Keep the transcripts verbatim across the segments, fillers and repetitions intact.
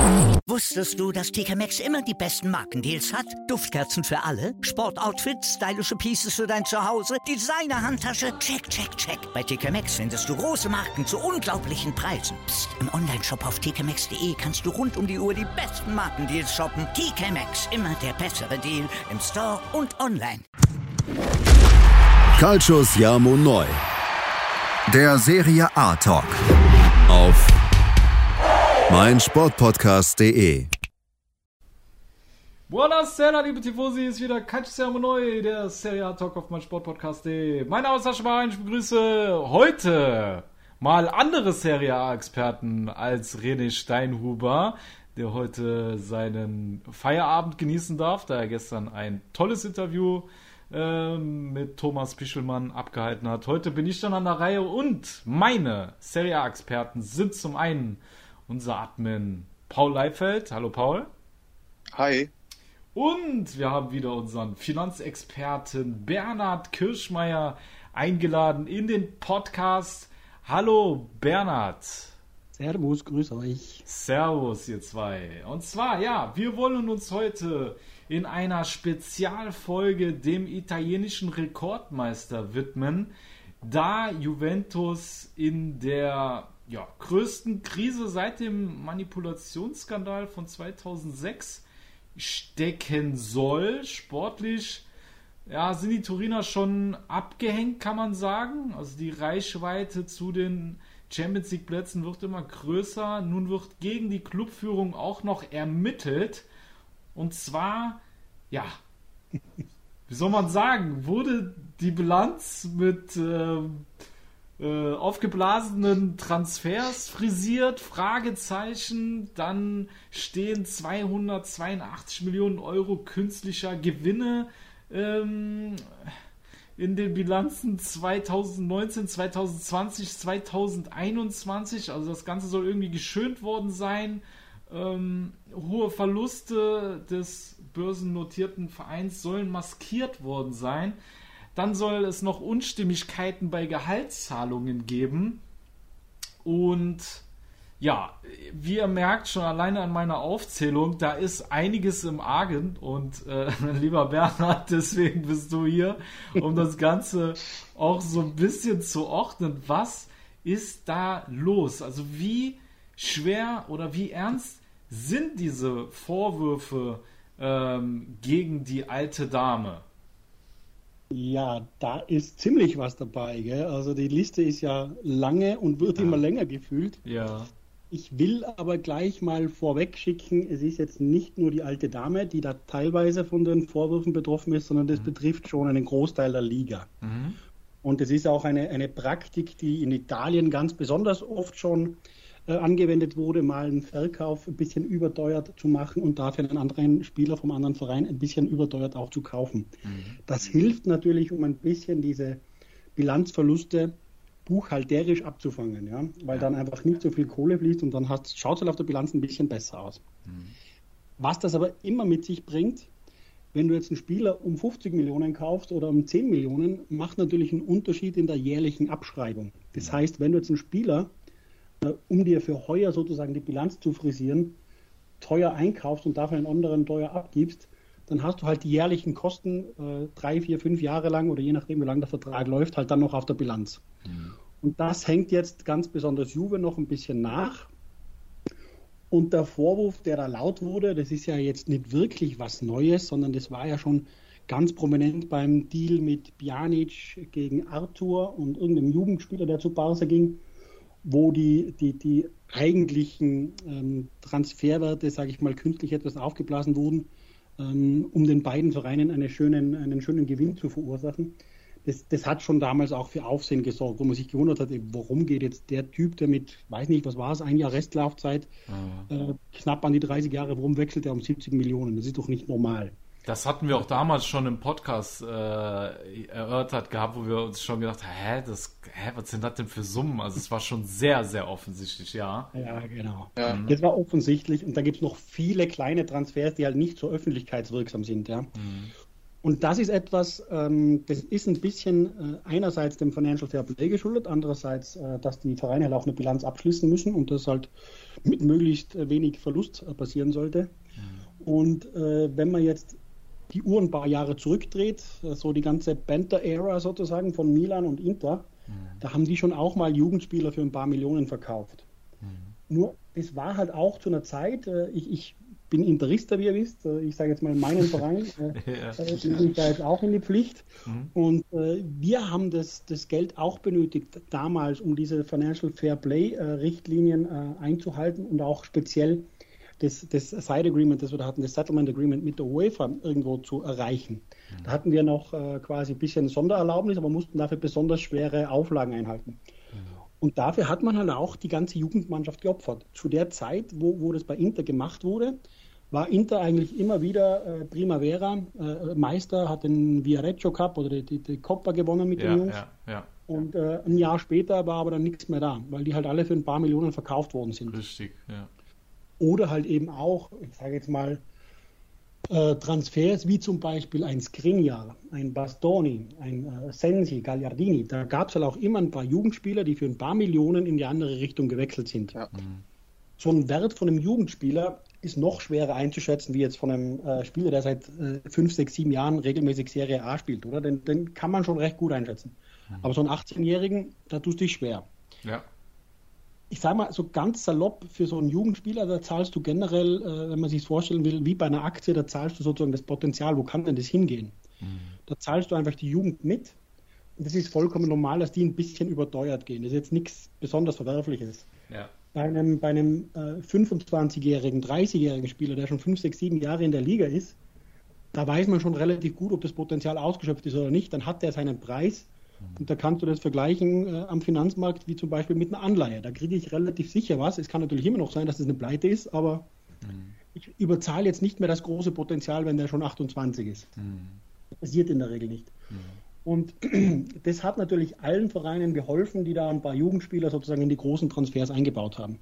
Wusstest du, dass T K Maxx immer die besten Markendeals hat? Duftkerzen für alle, Sportoutfits, stylische Pieces für dein Zuhause, Designer-Handtasche, check, check, check. Bei T K Maxx findest du große Marken zu unglaublichen Preisen. Psst. Im Onlineshop auf t k maxx punkt d e kannst du rund um die Uhr die besten Markendeals shoppen. T K Maxx, immer der bessere Deal im Store und online. Calcius Jamo Neu. Der Serie A Talk. Auf meinsportpodcast punkt de. Buonasera, liebe Tifosi, ist wieder Calcius Jamo Neu, der Serie A Talk auf meinsportpodcast punkt de. Mein Name ist Sascha Bahn, ich begrüße heute mal andere Serie A-Experten als René Steinhuber, der heute seinen Feierabend genießen darf, da er gestern ein tolles Interview äh, mit Thomas Pichelmann abgehalten hat. Heute bin ich dann an der Reihe und meine Serie A-Experten sind zum einen unser Admin Paul Leifeld. Hallo Paul. Hi. Und wir haben wieder unseren Finanzexperten Bernhard Kirschmeier eingeladen in den Podcast. Hallo Bernhard. Servus, grüß euch. Servus ihr zwei. Und zwar, ja, wir wollen uns heute in einer Spezialfolge dem italienischen Rekordmeister widmen, da Juventus in der ja, größten Krise seit dem Manipulationsskandal von zweitausendsechs stecken soll. Sportlich ja, sind die Turiner schon abgehängt, kann man sagen. Also die Reichweite zu den Champions League Plätzen wird immer größer. Nun wird gegen die Clubführung auch noch ermittelt. Und zwar, ja, wie soll man sagen, wurde die Bilanz mit äh, äh, aufgeblasenen Transfers frisiert, Fragezeichen, dann stehen zweihundertzweiundachtzig Millionen Euro künstlicher Gewinne ähm, in den Bilanzen zweitausendneunzehn, zweitausendzwanzig, zweitausendeinundzwanzig, also das Ganze soll irgendwie geschönt worden sein. Ähm, hohe Verluste des börsennotierten Vereins sollen maskiert worden sein. Dann soll es noch Unstimmigkeiten bei Gehaltszahlungen geben. Und ja, wie ihr merkt schon alleine an meiner Aufzählung, da ist einiges im Argen. Und äh, lieber Bernhard, deswegen bist du hier, um das Ganze auch so ein bisschen zu ordnen. Was ist da los? Also wie schwer oder wie ernst sind diese Vorwürfe ähm, gegen die alte Dame? Ja, da ist ziemlich was dabei, gell? Also die Liste ist ja lange und wird ja immer länger gefühlt. Ja. Ich will aber gleich mal vorweg schicken, es ist jetzt nicht nur die alte Dame, die da teilweise von den Vorwürfen betroffen ist, sondern das mhm. betrifft schon einen Großteil der Liga. Mhm. Und es ist auch eine, eine Praktik, die in Italien ganz besonders oft schon äh, angewendet wurde, mal einen Verkauf ein bisschen überteuert zu machen und dafür einen anderen Spieler vom anderen Verein ein bisschen überteuert auch zu kaufen. Mhm. Das hilft natürlich, um ein bisschen diese Bilanzverluste buchhalterisch abzufangen, ja, weil dann einfach nicht so viel Kohle fließt und dann schaut es halt auf der Bilanz ein bisschen besser aus. Mhm. Was das aber immer mit sich bringt, wenn du jetzt einen Spieler um fünfzig Millionen kaufst oder um zehn Millionen, macht natürlich einen Unterschied in der jährlichen Abschreibung. Das heißt, wenn du jetzt einen Spieler, äh, um dir für heuer sozusagen die Bilanz zu frisieren, teuer einkaufst und dafür einen anderen teuer abgibst, dann hast du halt die jährlichen Kosten äh, drei, vier, fünf Jahre lang oder je nachdem, wie lange der Vertrag läuft, halt dann noch auf der Bilanz. Mhm. Und das hängt jetzt ganz besonders Juve noch ein bisschen nach. Und der Vorwurf, der da laut wurde, das ist ja jetzt nicht wirklich was Neues, sondern das war ja schon ganz prominent beim Deal mit Pjanic gegen Arthur und irgendeinem Jugendspieler, der zu Barca ging, wo die, die, die eigentlichen ähm, Transferwerte, sage ich mal, künstlich etwas aufgeblasen wurden, ähm, um den beiden Vereinen eine schönen, einen schönen Gewinn zu verursachen. Das, das hat schon damals auch für Aufsehen gesorgt, wo man sich gewundert hat, warum geht jetzt der Typ, der mit, weiß nicht, was war es, ein Jahr Restlaufzeit, mhm. äh, knapp an die dreißig Jahre, warum wechselt er um siebzig Millionen? Das ist doch nicht normal. Das hatten wir auch damals schon im Podcast äh, erörtert gehabt, wo wir uns schon gedacht haben, hä, das, hä, was sind das denn für Summen? Also es war schon sehr, sehr offensichtlich, ja. Ja, genau. Ja. Das war offensichtlich und da gibt es noch viele kleine Transfers, die halt nicht so öffentlichkeitswirksam sind, ja. Mhm. Und das ist etwas, ähm, das ist ein bisschen äh, einerseits dem Financial Fair Play geschuldet, andererseits, äh, dass die Vereine halt auch eine Bilanz abschließen müssen und das halt mit möglichst wenig Verlust äh, passieren sollte. Mhm. Und äh, wenn man jetzt die Uhr ein paar Jahre zurückdreht, äh, so die ganze Banter-Ära sozusagen von Milan und Inter, mhm. da haben die schon auch mal Jugendspieler für ein paar Millionen verkauft. Mhm. Nur, es war halt auch zu einer Zeit, äh, ich, ich bin Interista, wie ihr wisst. Ich sage jetzt mal meinen Verein, äh, ja. äh, bin ich da jetzt auch in die Pflicht. Mhm. Und äh, wir haben das, das Geld auch benötigt damals, um diese Financial Fair Play äh, Richtlinien äh, einzuhalten und auch speziell das, das Side Agreement, das wir da hatten, das Settlement Agreement mit der UEFA irgendwo zu erreichen. Mhm. Da hatten wir noch äh, quasi ein bisschen Sondererlaubnis, aber mussten dafür besonders schwere Auflagen einhalten. Mhm. Und dafür hat man halt auch die ganze Jugendmannschaft geopfert. Zu der Zeit, wo, wo das bei Inter gemacht wurde, war Inter eigentlich immer wieder äh, Primavera, äh, Meister, hat den Viareggio Cup oder die, die, die Coppa gewonnen mit ja, den Jungs. Ja, ja. Und äh, ein Jahr später war aber dann nichts mehr da, weil die halt alle für ein paar Millionen verkauft worden sind. Richtig, ja. Oder halt eben auch, ich sage jetzt mal, äh, Transfers wie zum Beispiel ein Skriniar, ein Bastoni, ein äh, Sensi, Gagliardini. Da gab es halt auch immer ein paar Jugendspieler, die für ein paar Millionen in die andere Richtung gewechselt sind. Ja. Mhm. So ein Wert von einem Jugendspieler ist noch schwerer einzuschätzen, wie jetzt von einem äh, Spieler, der seit äh, fünf, sechs, sieben Jahren regelmäßig Serie A spielt, oder? Den, den kann man schon recht gut einschätzen. Mhm. Aber so einen achtzehnjährigen, da tust du dich schwer. Ja. Ich sage mal, so ganz salopp für so einen Jugendspieler, da zahlst du generell, äh, wenn man sich vorstellen will, wie bei einer Aktie, da zahlst du sozusagen das Potenzial, wo kann denn das hingehen? Mhm. Da zahlst du einfach die Jugend mit und das ist vollkommen normal, dass die ein bisschen überteuert gehen. Das ist jetzt nichts besonders Verwerfliches. Ja. Bei einem, bei einem äh, fünfundzwanzigjährigen, dreißigjährigen Spieler, der schon fünf, sechs, sieben Jahre in der Liga ist, da weiß man schon relativ gut, ob das Potenzial ausgeschöpft ist oder nicht. Dann hat der seinen Preis mhm. und da kannst du das vergleichen äh, am Finanzmarkt wie zum Beispiel mit einer Anleihe. Da kriege ich relativ sicher was. Es kann natürlich immer noch sein, dass das eine Pleite ist, aber mhm. ich überzahle jetzt nicht mehr das große Potenzial, wenn der schon achtundzwanzig ist. Mhm. Das passiert in der Regel nicht. Mhm. Und das hat natürlich allen Vereinen geholfen, die da ein paar Jugendspieler sozusagen in die großen Transfers eingebaut haben.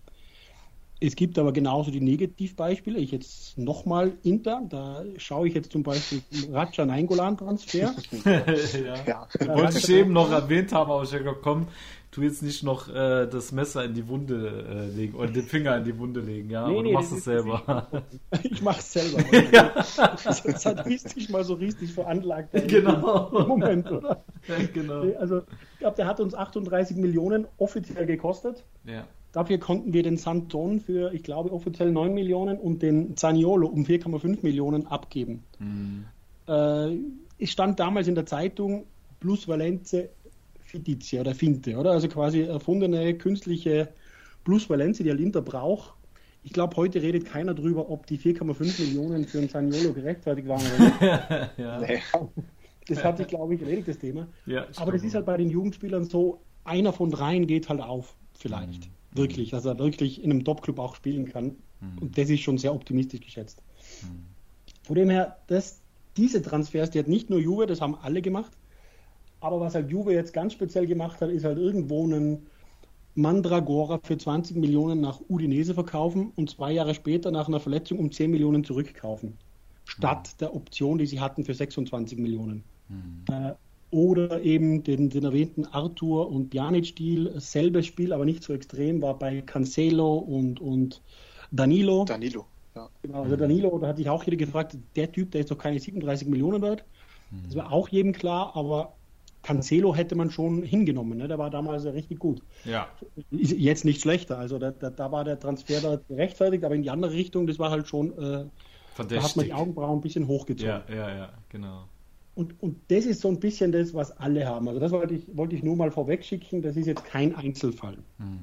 Es gibt aber genauso die Negativbeispiele. Ich jetzt nochmal Inter, da schaue ich jetzt zum Beispiel Raja Nainggolan-Transfer. ja. ja. Wollte ich eben noch erwähnt haben, aber ich habe gesagt, komm, tu jetzt nicht noch äh, das Messer in die Wunde äh, legen oder den Finger in die Wunde legen, ja, nee, aber nee, du machst es selber. Ich mache es selber. ja. Sadistisch mal so richtig veranlagt. Genau. Im Moment, oder? Ja, genau. Also, ich glaube, der hat uns achtunddreißig Millionen offiziell gekostet. Ja. Dafür konnten wir den Santon für, ich glaube, offiziell neun Millionen und den Zaniolo um vier Komma fünf Millionen abgeben. Mhm. Äh, es stand damals in der Zeitung Plus Valenze Fitizia oder Finte, oder? Also quasi erfundene künstliche Plusvalenze, die Inter braucht. Ich glaube, heute redet keiner drüber, ob die vier Komma fünf Millionen für einen Zaniolo gerechtfertigt waren oder nicht. ja. Das hat sich, glaube ich, erledigt, das Thema. Ja, aber das ist halt bei den Jugendspielern so, einer von dreien geht halt auf, vielleicht. Mhm. Wirklich, dass er wirklich in einem Top-Club auch spielen kann. Mhm. Und das ist schon sehr optimistisch geschätzt. Mhm. Von dem her, das, diese Transfers, die hat nicht nur Juve, das haben alle gemacht. Aber was halt Juve jetzt ganz speziell gemacht hat, ist halt irgendwo einen Mandragora für zwanzig Millionen nach Udinese verkaufen und zwei Jahre später nach einer Verletzung um zehn Millionen zurückkaufen. Statt mhm. der Option, die sie hatten für sechsundzwanzig Millionen. Mhm. Äh, oder eben den, den erwähnten Arthur und Pjanic-Deal. Selbes Spiel, aber nicht so extrem, war bei Cancelo und, und Danilo. Danilo, ja. Genau, also Danilo, da hat sich auch jeder gefragt, der Typ, der ist doch keine siebenunddreißig Millionen wert. Mhm. Das war auch jedem klar, aber Cancelo hätte man schon hingenommen, ne? Der war damals richtig gut. Ja. Ist jetzt nicht schlechter, also da, da, da war der Transfer da gerechtfertigt, aber in die andere Richtung, das war halt schon, äh, da hat man die Augenbrauen ein bisschen hochgezogen. Ja, ja, ja, genau. Und, und das ist so ein bisschen das, was alle haben. Also das wollte ich, wollte ich nur mal vorweg schicken, das ist jetzt kein Einzelfall.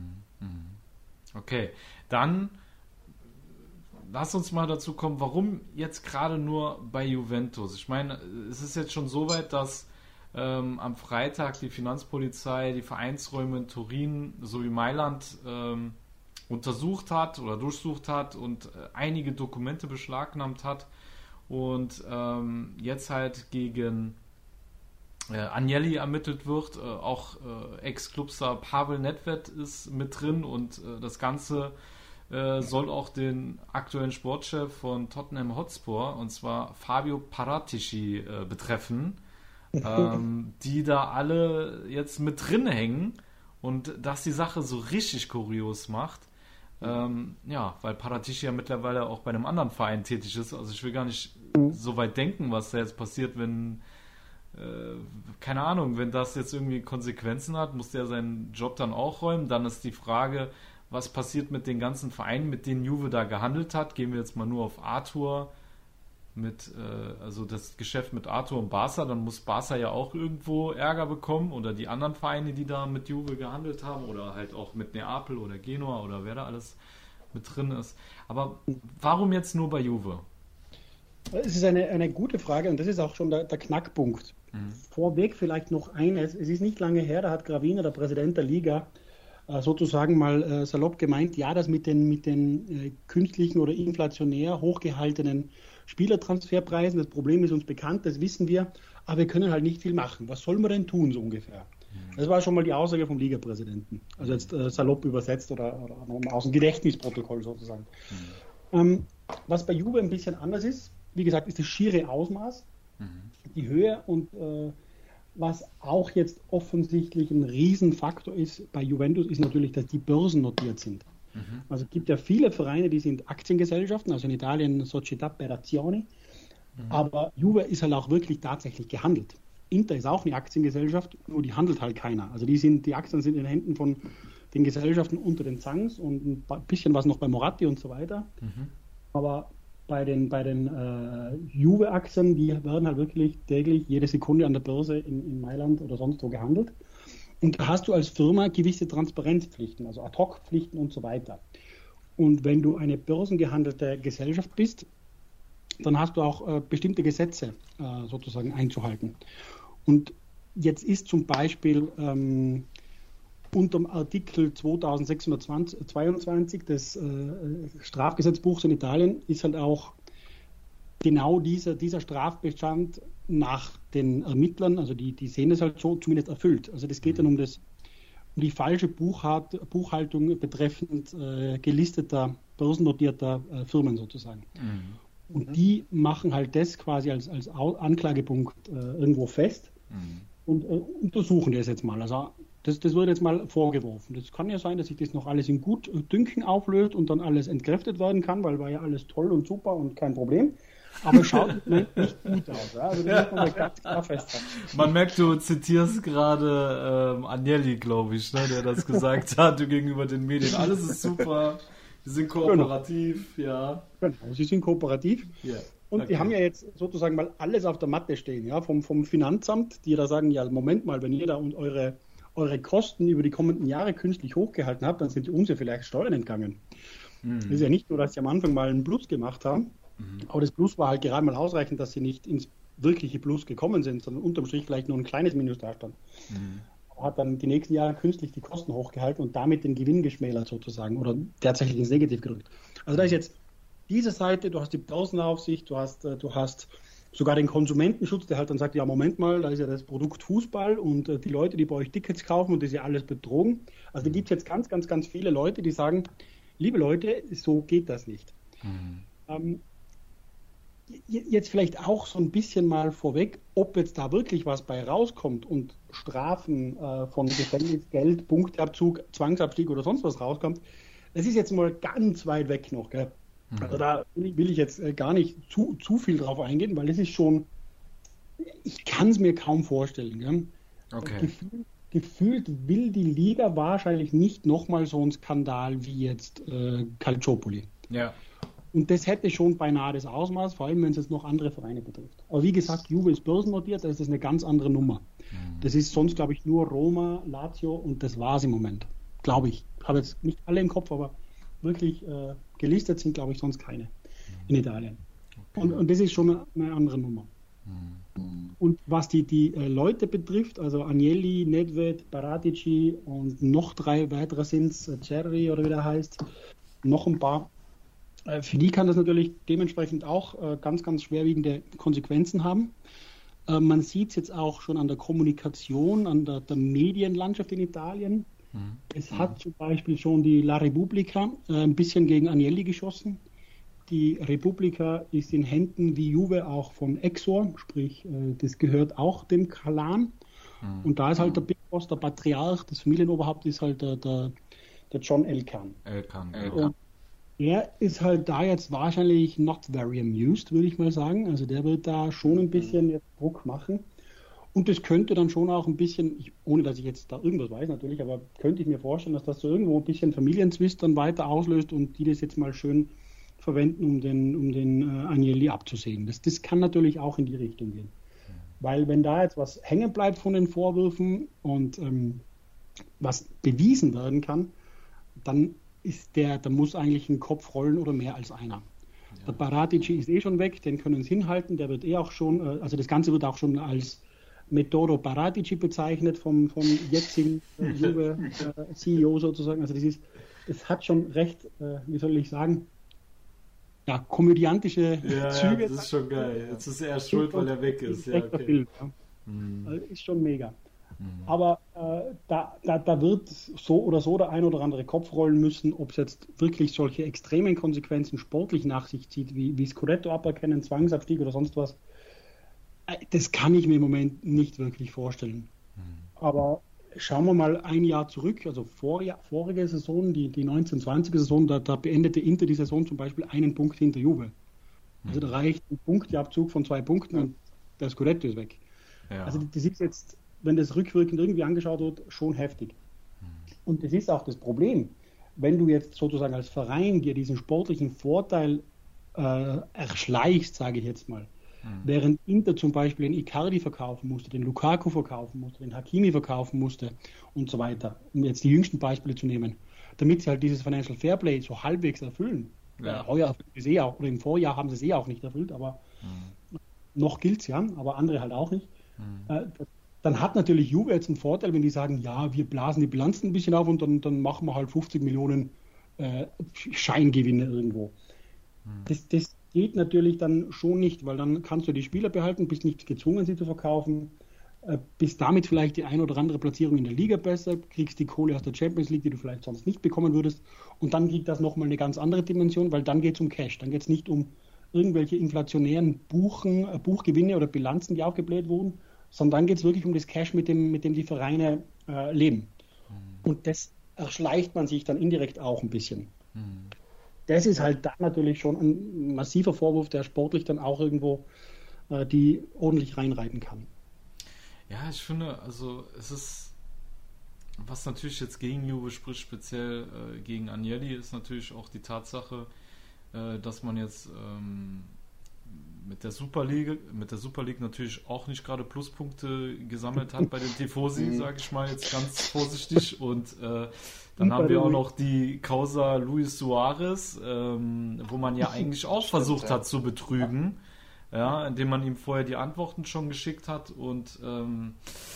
Okay, dann lass uns mal dazu kommen, warum jetzt gerade nur bei Juventus? Ich meine, es ist jetzt schon so weit, dass Ähm, am Freitag die Finanzpolizei die Vereinsräume in Turin sowie Mailand ähm, untersucht hat oder durchsucht hat und äh, einige Dokumente beschlagnahmt hat und ähm, jetzt halt gegen äh, Agnelli ermittelt wird. Äh, auch äh, Ex-Clubstar Pavel Nedved ist mit drin und äh, das Ganze äh, soll auch den aktuellen Sportchef von Tottenham Hotspur, und zwar Fabio Paratici, äh, betreffen, ähm, die da alle jetzt mit drin hängen und das die Sache so richtig kurios macht. Ähm, ja, weil Paratici ja mittlerweile auch bei einem anderen Verein tätig ist. Also ich will gar nicht so weit denken, was da jetzt passiert, wenn, äh, keine Ahnung, wenn das jetzt irgendwie Konsequenzen hat, muss der seinen Job dann auch räumen. Dann ist die Frage, was passiert mit den ganzen Vereinen, mit denen Juve da gehandelt hat. Gehen wir jetzt mal nur auf Arthur, mit, äh, also das Geschäft mit Arthur und Barca, dann muss Barca ja auch irgendwo Ärger bekommen, oder die anderen Vereine, die da mit Juve gehandelt haben, oder halt auch mit Neapel oder Genua oder wer da alles mit drin ist. Aber warum jetzt nur bei Juve? Es ist eine, eine gute Frage, und das ist auch schon der, der Knackpunkt. Mhm. Vorweg vielleicht noch eines, es ist nicht lange her, da hat Gravina, der Präsident der Liga, äh, sozusagen mal äh, salopp gemeint, ja, das mit den, mit den äh, künstlichen oder inflationär hochgehaltenen Spielertransferpreisen, das Problem ist uns bekannt, das wissen wir, aber wir können halt nicht viel machen. Was sollen wir denn tun, so ungefähr? Das war schon mal die Aussage vom Ligapräsidenten. Also jetzt äh, salopp übersetzt oder, oder aus dem Gedächtnisprotokoll sozusagen. Mhm. Ähm, was bei Juve ein bisschen anders ist, wie gesagt, ist das schiere Ausmaß, mhm. die Höhe, und äh, was auch jetzt offensichtlich ein Riesenfaktor ist bei Juventus, ist natürlich, dass die börsennotiert sind. Mhm. Also es gibt ja viele Vereine, die sind Aktiengesellschaften, also in Italien Società per Azioni, mhm. aber Juve ist halt auch wirklich tatsächlich gehandelt. Inter ist auch eine Aktiengesellschaft, nur die handelt halt keiner. Also die sind, die Aktien sind in den Händen von den Gesellschaften unter den Zangs und ein bisschen was noch bei Moratti und so weiter. Mhm. Aber bei den, bei den äh, Juve-Aktien, die werden halt wirklich täglich jede Sekunde an der Börse in, in Mailand oder sonst wo gehandelt. Und da hast du als Firma gewisse Transparenzpflichten, also Ad-Hoc-Pflichten und so weiter. Und wenn du eine börsengehandelte Gesellschaft bist, dann hast du auch äh, bestimmte Gesetze äh, sozusagen einzuhalten. Und jetzt ist zum Beispiel ähm, unter dem Artikel zweitausendsechshundertzweiundzwanzig des äh, Strafgesetzbuchs in Italien ist halt auch genau dieser, dieser Strafbestand nach den Ermittlern, also die, die sehen das halt so, zumindest erfüllt. Also das geht dann um, das, um die falsche Buchhalt, Buchhaltung betreffend äh, gelisteter, börsennotierter äh, Firmen sozusagen. Mhm. Und die machen halt das quasi als, als Anklagepunkt äh, irgendwo fest mhm. und äh, untersuchen das jetzt mal. Also das, das wird jetzt mal vorgeworfen. Das kann ja sein, dass sich das noch alles in Gutdünken auflöst und dann alles entkräftet werden kann, weil war ja alles toll und super und kein Problem. Aber schaut nicht gut aus. Ja? Also das muss man ganz klar festhalten. Man merkt, du zitierst gerade ähm, Agnelli, glaube ich, ne, der das gesagt hat gegenüber den Medien. Alles ist super, wir sind kooperativ, genau. ja. Genau, sie sind kooperativ. Yeah. Und okay. die haben ja jetzt sozusagen mal alles auf der Matte stehen, ja, vom, vom Finanzamt, die da sagen, ja, Moment mal, wenn ihr da und eure, eure Kosten über die kommenden Jahre künstlich hochgehalten habt, dann sind uns ja vielleicht Steuern entgangen. Mhm. Das ist ja nicht nur, dass sie am Anfang mal einen Plus gemacht haben, mhm. aber das Plus war halt gerade mal ausreichend, dass sie nicht ins wirkliche Plus gekommen sind, sondern unterm Strich vielleicht nur ein kleines Minus da stand. Mhm. Hat dann die nächsten Jahre künstlich die Kosten hochgehalten und damit den Gewinn geschmälert sozusagen oder tatsächlich ins Negativ gedrückt. Also da ist jetzt diese Seite, du hast die Börsenaufsicht, du hast, du hast sogar den Konsumentenschutz, der halt dann sagt, ja Moment mal, da ist ja das Produkt Fußball und äh, die Leute, die bei euch Tickets kaufen und das ist ja alles betrogen. Also da gibt es jetzt ganz, ganz, ganz viele Leute, die sagen, liebe Leute, so geht das nicht. Mhm. Ähm, jetzt vielleicht auch so ein bisschen mal vorweg, ob jetzt da wirklich was bei rauskommt und Strafen äh, von Gefängnisgeld, Punkteabzug, Zwangsabstieg oder sonst was rauskommt, das ist jetzt mal ganz weit weg noch. Gell? Mhm. Also da will ich jetzt äh, gar nicht zu, zu viel drauf eingehen, weil es ist schon, ich kann es mir kaum vorstellen. Gell? Okay. Gefühlt, gefühlt will die Liga wahrscheinlich nicht nochmal so einen Skandal wie jetzt äh, Calciopoli. Ja. Und das hätte schon beinahe das Ausmaß, vor allem wenn es jetzt noch andere Vereine betrifft. Aber wie gesagt, Juve ist börsennotiert, da ist das eine ganz andere Nummer. Mhm. Das ist sonst, glaube ich, nur Roma, Lazio und das war es im Moment. Glaube ich. Ich habe jetzt nicht alle im Kopf, aber wirklich äh, gelistet sind, glaube ich, sonst keine mhm. in Italien. Okay. Und, und das ist schon eine, eine andere Nummer. Mhm. Und was die, die äh, Leute betrifft, also Agnelli, Nedved, Paratici und noch drei weitere sind es, äh, Cerri oder wie der heißt, noch ein paar. Für die kann das natürlich dementsprechend auch äh, ganz, ganz schwerwiegende Konsequenzen haben. Äh, man sieht es jetzt auch schon an der Kommunikation, an der, der Medienlandschaft in Italien. Mhm. Es hat zum Beispiel schon die La Repubblica äh, ein bisschen gegen Agnelli geschossen. Die Repubblica ist in Händen wie Juve auch von Exor, sprich, äh, das gehört auch dem Clan. Mhm. Und da ist halt der Big Boss, der Patriarch, das Familienoberhaupt ist halt der, der, der John Elkann. Elkann, ja. Er ist halt da jetzt wahrscheinlich not very amused, würde ich mal sagen. Also der wird da schon ein bisschen jetzt Druck machen. Und das könnte dann schon auch ein bisschen, ich, ohne dass ich jetzt da irgendwas weiß natürlich, aber könnte ich mir vorstellen, dass das so irgendwo ein bisschen Familienzwist dann weiter auslöst und die das jetzt mal schön verwenden, um den, um den äh, Agnelli abzusehen. Das, das kann natürlich auch in die Richtung gehen. Weil wenn da jetzt was hängen bleibt von den Vorwürfen und ähm, was bewiesen werden kann, dann ist der, da muss eigentlich ein Kopf rollen oder mehr als einer. Ja. Der Paratici ist eh schon weg, den können sie hinhalten, der wird eh auch schon, äh, also das Ganze wird auch schon als Metodo Paratici bezeichnet vom, vom jetzigen äh, Juve-C E O sozusagen. Also das ist, das hat schon recht, äh, wie soll ich sagen, ja, komödiantische ja, Züge. Ja, das ist schon geil. Jetzt ist er schuld, weil er weg ist. Ja, okay. Film, ja. Mhm. Also ist schon mega. Mhm. Aber äh, da, da, da wird so oder so der ein oder andere Kopf rollen müssen, ob es jetzt wirklich solche extremen Konsequenzen sportlich nach sich zieht, wie, wie Scudetto aberkennen, Zwangsabstieg oder sonst was. Das kann ich mir im Moment nicht wirklich vorstellen. Mhm. Aber schauen wir mal ein Jahr zurück, also vor, vorige Saison, die, die neunzehn zwanziger Saison, da, da beendete Inter die Saison zum Beispiel einen Punkt hinter Juve. Also da reicht ein Punkteabzug von zwei Punkten ja. und der Scudetto ist weg. Ja. Also das ist jetzt, wenn das rückwirkend irgendwie angeschaut wird, schon heftig. Mhm. Und das ist auch das Problem, wenn du jetzt sozusagen als Verein dir diesen sportlichen Vorteil äh, erschleichst, sage ich jetzt mal, Mhm. während Inter zum Beispiel den Icardi verkaufen musste, den Lukaku verkaufen musste, den Hakimi verkaufen musste und so weiter, um jetzt die jüngsten Beispiele zu nehmen, damit sie halt dieses Financial Fairplay so halbwegs erfüllen. Ja. Äh, heuer erfüllt sie es eh auch, oder im Vorjahr haben sie es eh auch nicht erfüllt, aber mhm. noch gilt es ja, aber andere halt auch nicht. Mhm. Äh, dann hat natürlich Juve jetzt einen Vorteil, wenn die sagen, ja, wir blasen die Bilanzen ein bisschen auf und dann, dann machen wir halt fünfzig Millionen äh, Scheingewinne irgendwo. Mhm. Das, das geht natürlich dann schon nicht, weil dann kannst du die Spieler behalten, bist nicht gezwungen, sie zu verkaufen, äh, bist damit vielleicht die ein oder andere Platzierung in der Liga besser, kriegst die Kohle aus der Champions League, die du vielleicht sonst nicht bekommen würdest, und dann kriegt das nochmal eine ganz andere Dimension, weil dann geht es um Cash, dann geht es nicht um irgendwelche inflationären Buchen, äh, Buchgewinne oder Bilanzen, die aufgebläht wurden, sondern dann geht es wirklich um das Cash, mit dem, mit dem die Vereine äh, leben. Mhm. Und das erschleicht man sich dann indirekt auch ein bisschen. Mhm. Das ist halt dann natürlich schon ein massiver Vorwurf, der sportlich dann auch irgendwo äh, die ordentlich reinreiten kann. Ja, ich finde, also es ist, was natürlich jetzt gegen Juve spricht, speziell äh, gegen Agnelli, ist natürlich auch die Tatsache, äh, dass man jetzt ähm, mit der Super League, mit der Super League natürlich auch nicht gerade Pluspunkte gesammelt hat bei den Tifosi, sage ich mal jetzt ganz vorsichtig. Und äh, dann haben wir auch noch die Causa Luis Suarez, ähm, wo man ja eigentlich auch versucht hat zu betrügen, ja, indem man ihm vorher die Antworten schon geschickt hat. Und ähm,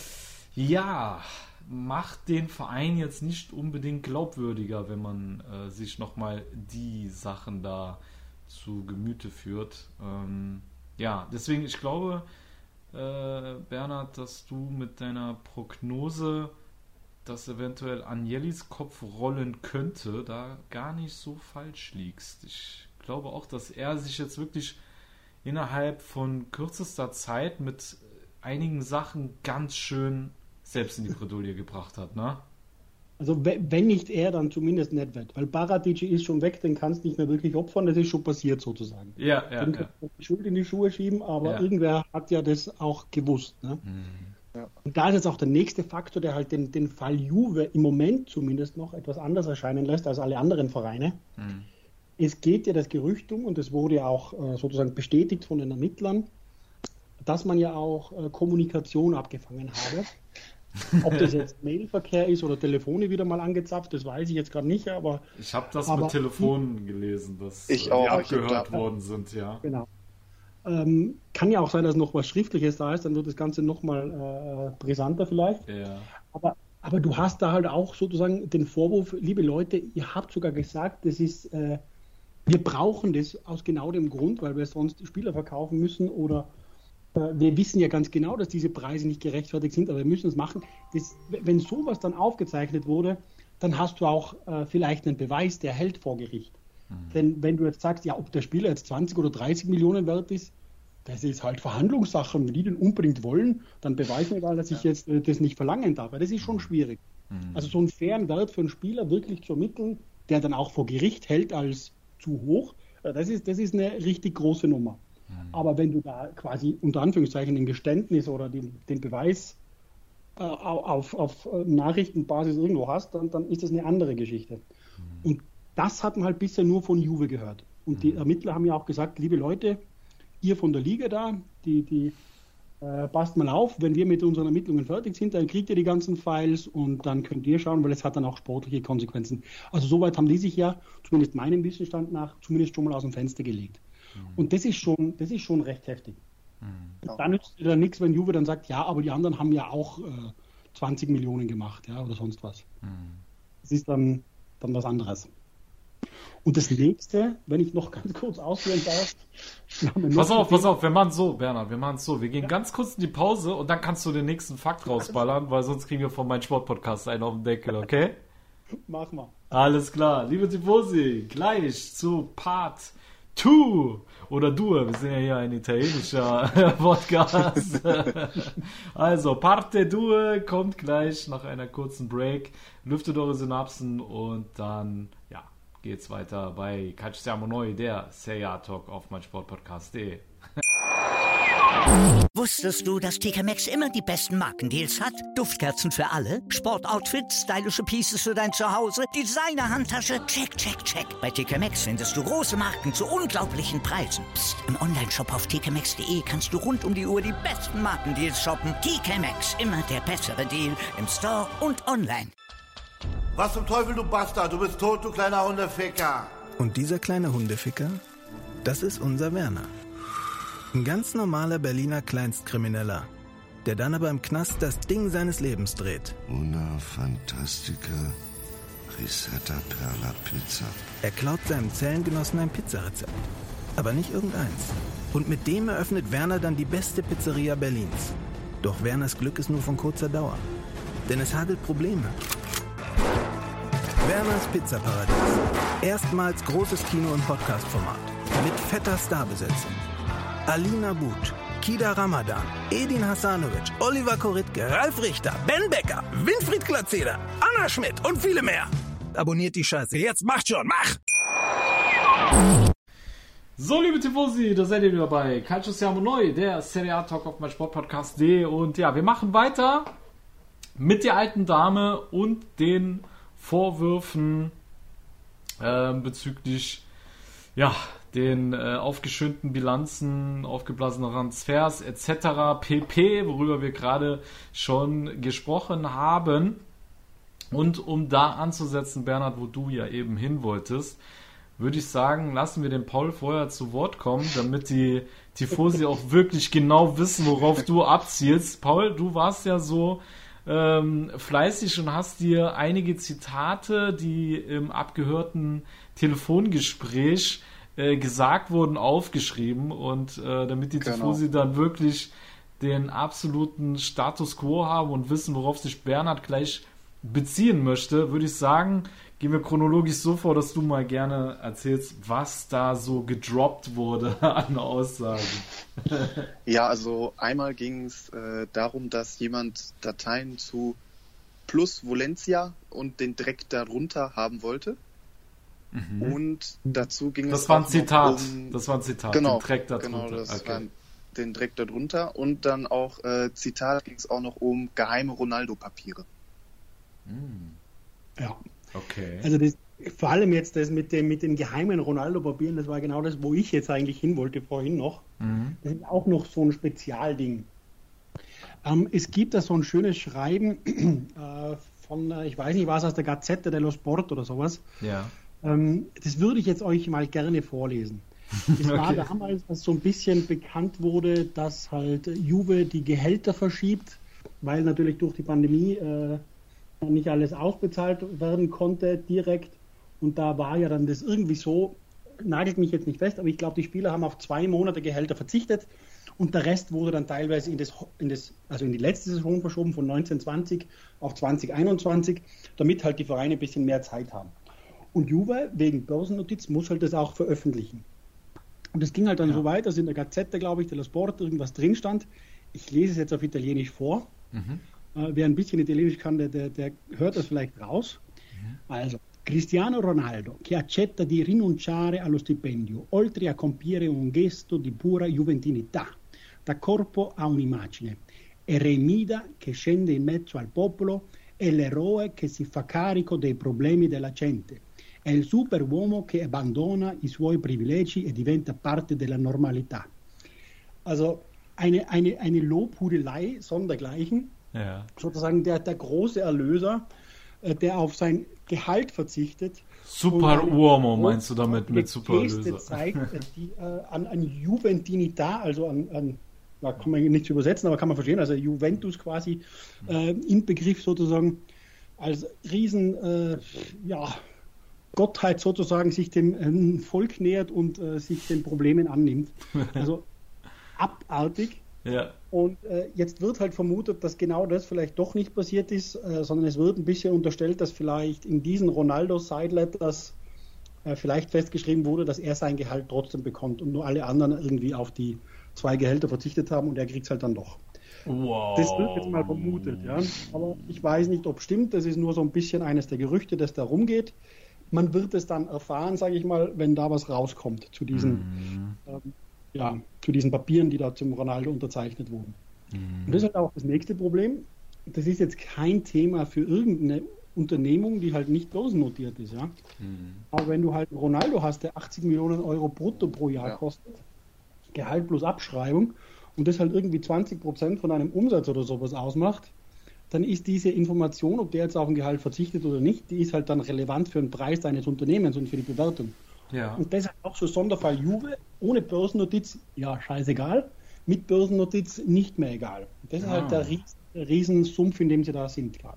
ja, macht den Verein jetzt nicht unbedingt glaubwürdiger, wenn man äh, sich nochmal die Sachen da zu Gemüte führt. Ähm, ja, deswegen, ich glaube, äh, Bernhard, dass du mit deiner Prognose, dass eventuell Agnellis Kopf rollen könnte, da gar nicht so falsch liegst. Ich glaube auch, dass er sich jetzt wirklich innerhalb von kürzester Zeit mit einigen Sachen ganz schön selbst in die Bredouille gebracht hat, ne? Also wenn nicht er, dann zumindest Nedved, weil Paratici ist schon weg, den kannst du nicht mehr wirklich opfern, das ist schon passiert sozusagen. Ja, ja, den ja. Die Schuld in die Schuhe schieben, aber ja. irgendwer hat ja das auch gewusst. Ne? Mhm. Ja. Und da ist jetzt auch der nächste Faktor, der halt den, den Fall Juve im Moment zumindest noch etwas anders erscheinen lässt als alle anderen Vereine. Mhm. Es geht ja das Gerücht um, und es wurde ja auch äh, sozusagen bestätigt von den Ermittlern, dass man ja auch äh, Kommunikation abgefangen habe. Ob das jetzt Mailverkehr ist oder Telefone wieder mal angezapft, das weiß ich jetzt gerade nicht, aber... Ich habe das aber, mit Telefonen gelesen, dass ich die auch, abgehört ich worden sind, ja. Genau. Ähm, kann ja auch sein, dass noch was Schriftliches da ist, dann wird das Ganze nochmal äh, brisanter vielleicht. Ja. Aber, aber du hast da halt auch sozusagen den Vorwurf, liebe Leute, ihr habt sogar gesagt, das ist, äh, wir brauchen das aus genau dem Grund, weil wir sonst Spieler verkaufen müssen oder wir wissen ja ganz genau, dass diese Preise nicht gerechtfertigt sind, aber wir müssen es machen. Das, wenn sowas dann aufgezeichnet wurde, dann hast du auch äh, vielleicht einen Beweis, der hält vor Gericht. Mhm. Denn wenn du jetzt sagst, ja, ob der Spieler jetzt zwanzig oder dreißig Millionen wert ist, das ist halt Verhandlungssache. Und wenn die den unbedingt wollen, dann beweisen wir, dass ich jetzt äh, das nicht verlangen darf. Das ist schon schwierig. Mhm. Also so einen fairen Wert für einen Spieler wirklich zu ermitteln, der dann auch vor Gericht hält als zu hoch, äh, das ist, das ist eine richtig große Nummer. Mhm. Aber wenn du da quasi unter Anführungszeichen ein Geständnis oder den, den Beweis äh, auf, auf Nachrichtenbasis irgendwo hast, dann, dann ist das eine andere Geschichte. Mhm. Und das hat man halt bisher nur von Juve gehört. Und mhm. die Ermittler haben ja auch gesagt, liebe Leute, ihr von der Liga da, die, die äh, passt mal auf, wenn wir mit unseren Ermittlungen fertig sind, dann kriegt ihr die ganzen Files und dann könnt ihr schauen, weil es hat dann auch sportliche Konsequenzen. Also soweit haben die sich ja, zumindest meinem Wissensstand nach, zumindest schon mal aus dem Fenster gelegt. Mhm. Und das ist schon, das ist schon recht heftig. Mhm. Da nützt dir dann nichts, wenn Juve dann sagt, ja, aber die anderen haben ja auch äh, zwanzig Millionen gemacht, ja, oder sonst was. Mhm. Das ist dann, dann was anderes. Und das nächste, wenn ich noch ganz kurz ausführen darf. Pass auf, pass auf, wir machen es so, Bernhard, wir machen es so. Wir gehen ja. ganz kurz in die Pause und dann kannst du den nächsten Fakt rausballern, weil sonst kriegen wir von meinem Sportpodcast einen auf den Deckel, okay? Mach mal. Alles klar, liebe Tifosi, gleich zu Part zwei oder Due, wir sind ja hier ein italienischer Podcast. Also, Parte Due kommt gleich nach einer kurzen Break. Lüftet eure Synapsen und dann, ja, geht's weiter bei Calcio Siamo Noi, der Serie A Talk auf meinsportpodcast punkt de. Wusstest du, dass T K Maxx immer die besten Markendeals hat? Duftkerzen für alle, Sportoutfits, stylische Pieces für dein Zuhause, Designer-Handtasche, check, check, check. Bei T K Maxx findest du große Marken zu unglaublichen Preisen. Psst. Im Onlineshop auf t k maxx punkt de kannst du rund um die Uhr die besten Markendeals shoppen. T K Maxx, immer der bessere Deal im Store und online. Was zum Teufel, du Bastard? Du bist tot, du kleiner Hundeficker. Und dieser kleine Hundeficker, das ist unser Werner. Ein ganz normaler Berliner Kleinstkrimineller, der dann aber im Knast das Ding seines Lebens dreht. Una fantastica risetta per la pizza. Er klaut seinem Zellengenossen ein Pizzarezept, aber nicht irgendeins. Und mit dem eröffnet Werner dann die beste Pizzeria Berlins. Doch Werners Glück ist nur von kurzer Dauer, denn es hagelt Probleme. Werners Pizzaparadies. Erstmals großes Kino- und Podcast-Format. Mit fetter Starbesetzung. Alina But, Kida Ramadan, Edin Hasanovic, Oliver Koritke, Ralf Richter, Ben Becker, Winfried Glatzeder, Anna Schmidt und viele mehr. Abonniert die Scheiße. Jetzt macht schon, mach! So, liebe Tifosi, da seid ihr wieder bei Calcio Siamo Noi, der Serie A Talk auf meinsportpodcast punkt de. Und ja, wir machen weiter mit der alten Dame und den Vorwürfen äh, bezüglich ja, den äh, aufgeschönten Bilanzen, aufgeblasenen Transfers et cetera pp., worüber wir gerade schon gesprochen haben. Und um da anzusetzen, Bernhard, wo du ja eben hin wolltest, würde ich sagen, lassen wir den Paul vorher zu Wort kommen, damit die Tifosi auch wirklich genau wissen, worauf du abzielst. Paul, du warst ja so ähm, fleißig und hast dir einige Zitate, die im abgehörten Telefongespräch äh, gesagt wurden, aufgeschrieben. Und äh, damit die genau. Tifosi dann wirklich den absoluten Status quo haben und wissen, worauf sich Bernhard gleich beziehen möchte, würde ich sagen, gehen wir chronologisch so vor, dass du mal gerne erzählst, was da so gedroppt wurde an Aussagen. Ja, also einmal ging es äh, darum, dass jemand Dateien zu Plus Valencia und den Dreck darunter haben wollte. Mhm. Und dazu ging das es war ein auch Zitat. um... Das war ein Zitat. Genau, den Dreck darunter. Genau, das okay. war den Dreck darunter. Und dann auch, äh, Zitat, ging es auch noch um geheime Ronaldo-Papiere. Ja. Okay. Also das, vor allem jetzt das mit, dem, mit den geheimen Ronaldo-Papieren, das war genau das, wo ich jetzt eigentlich hin wollte vorhin noch. Mhm. Das ist auch noch so ein Spezialding. Ähm, es gibt da so ein schönes Schreiben äh, von, äh, ich weiß nicht was, aus der Gazzetta dello Sport oder sowas. Ja. Ähm, das würde ich jetzt euch mal gerne vorlesen. Es war okay. damals, als so ein bisschen bekannt wurde, dass halt Juve die Gehälter verschiebt, weil natürlich durch die Pandemie äh, nicht alles ausbezahlt werden konnte direkt. Und da war ja dann das irgendwie so, nagelt mich jetzt nicht fest, aber ich glaube, die Spieler haben auf zwei Monate Gehälter verzichtet Und der Rest wurde dann teilweise in, das, in, das, also in die letzte Saison verschoben, von neunzehn zwanzig auf zwanzig einundzwanzig, damit halt die Vereine ein bisschen mehr Zeit haben. Und Juve, wegen Börsennotiz, muss halt das auch veröffentlichen. Und es ging halt dann ja. so weit, dass in der Gazzetta, glaube ich, dello Sport irgendwas drin stand. Ich lese es jetzt auf Italienisch vor. Mhm. Äh, wer ein bisschen Italienisch kann, der, der, der hört das vielleicht raus. Mhm. Also, Cristiano Ronaldo, che accetta di rinunciare allo stipendio, oltre a compiere un gesto di pura juventinità, da corpo a un'immagine. Eremida che scende in mezzo al popolo è l'eroe che si fa carico dei problemi della gente. È il superuomo che abbandona i suoi privilegi e diventa parte della normalità. Also eine, eine, eine Lobhudelei sondergleichen. Ja. Sozusagen der, der große Erlöser, äh, der auf sein Gehalt verzichtet. Super Uomo meinst du damit mit Super Erlöser? Zeigt, die äh, an, an Juventinità, also an, an da kann man nicht übersetzen, aber kann man verstehen, also Juventus quasi äh, im Begriff sozusagen als riesen äh, ja, Gottheit sozusagen sich dem äh, Volk nähert und äh, sich den Problemen annimmt. Also abartig. Ja. Und äh, jetzt wird halt vermutet, dass genau das vielleicht doch nicht passiert ist, äh, sondern es wird ein bisschen unterstellt, dass vielleicht in diesen Ronaldo-Side-Letters äh, vielleicht festgeschrieben wurde, dass er sein Gehalt trotzdem bekommt und nur alle anderen irgendwie auf die zwei Gehälter verzichtet haben und er kriegt es halt dann doch. Wow. Das wird jetzt mal vermutet, ja. Aber ich weiß nicht, ob es stimmt. Das ist nur so ein bisschen eines der Gerüchte, das da rumgeht. Man wird es dann erfahren, sage ich mal, wenn da was rauskommt zu diesen, mhm. ähm, ja, zu diesen Papieren, die da zum Ronaldo unterzeichnet wurden. Mhm. Und das ist halt auch das nächste Problem. Das ist jetzt kein Thema für irgendeine Unternehmung, die halt nicht börsennotiert ist, ja. Mhm. Aber wenn du halt einen Ronaldo hast, der achtzig Millionen Euro brutto pro Jahr ja. kostet, Gehalt plus Abschreibung und das halt irgendwie zwanzig Prozent von einem Umsatz oder sowas ausmacht, dann ist diese Information, ob der jetzt auf ein Gehalt verzichtet oder nicht, die ist halt dann relevant für den Preis deines Unternehmens und für die Bewertung. Ja. Und deshalb auch so Sonderfall Juve, ohne Börsennotiz, ja, scheißegal, mit Börsennotiz nicht mehr egal. Das ist ja. halt der riesen, riesen Sumpf, in dem sie da sind gerade.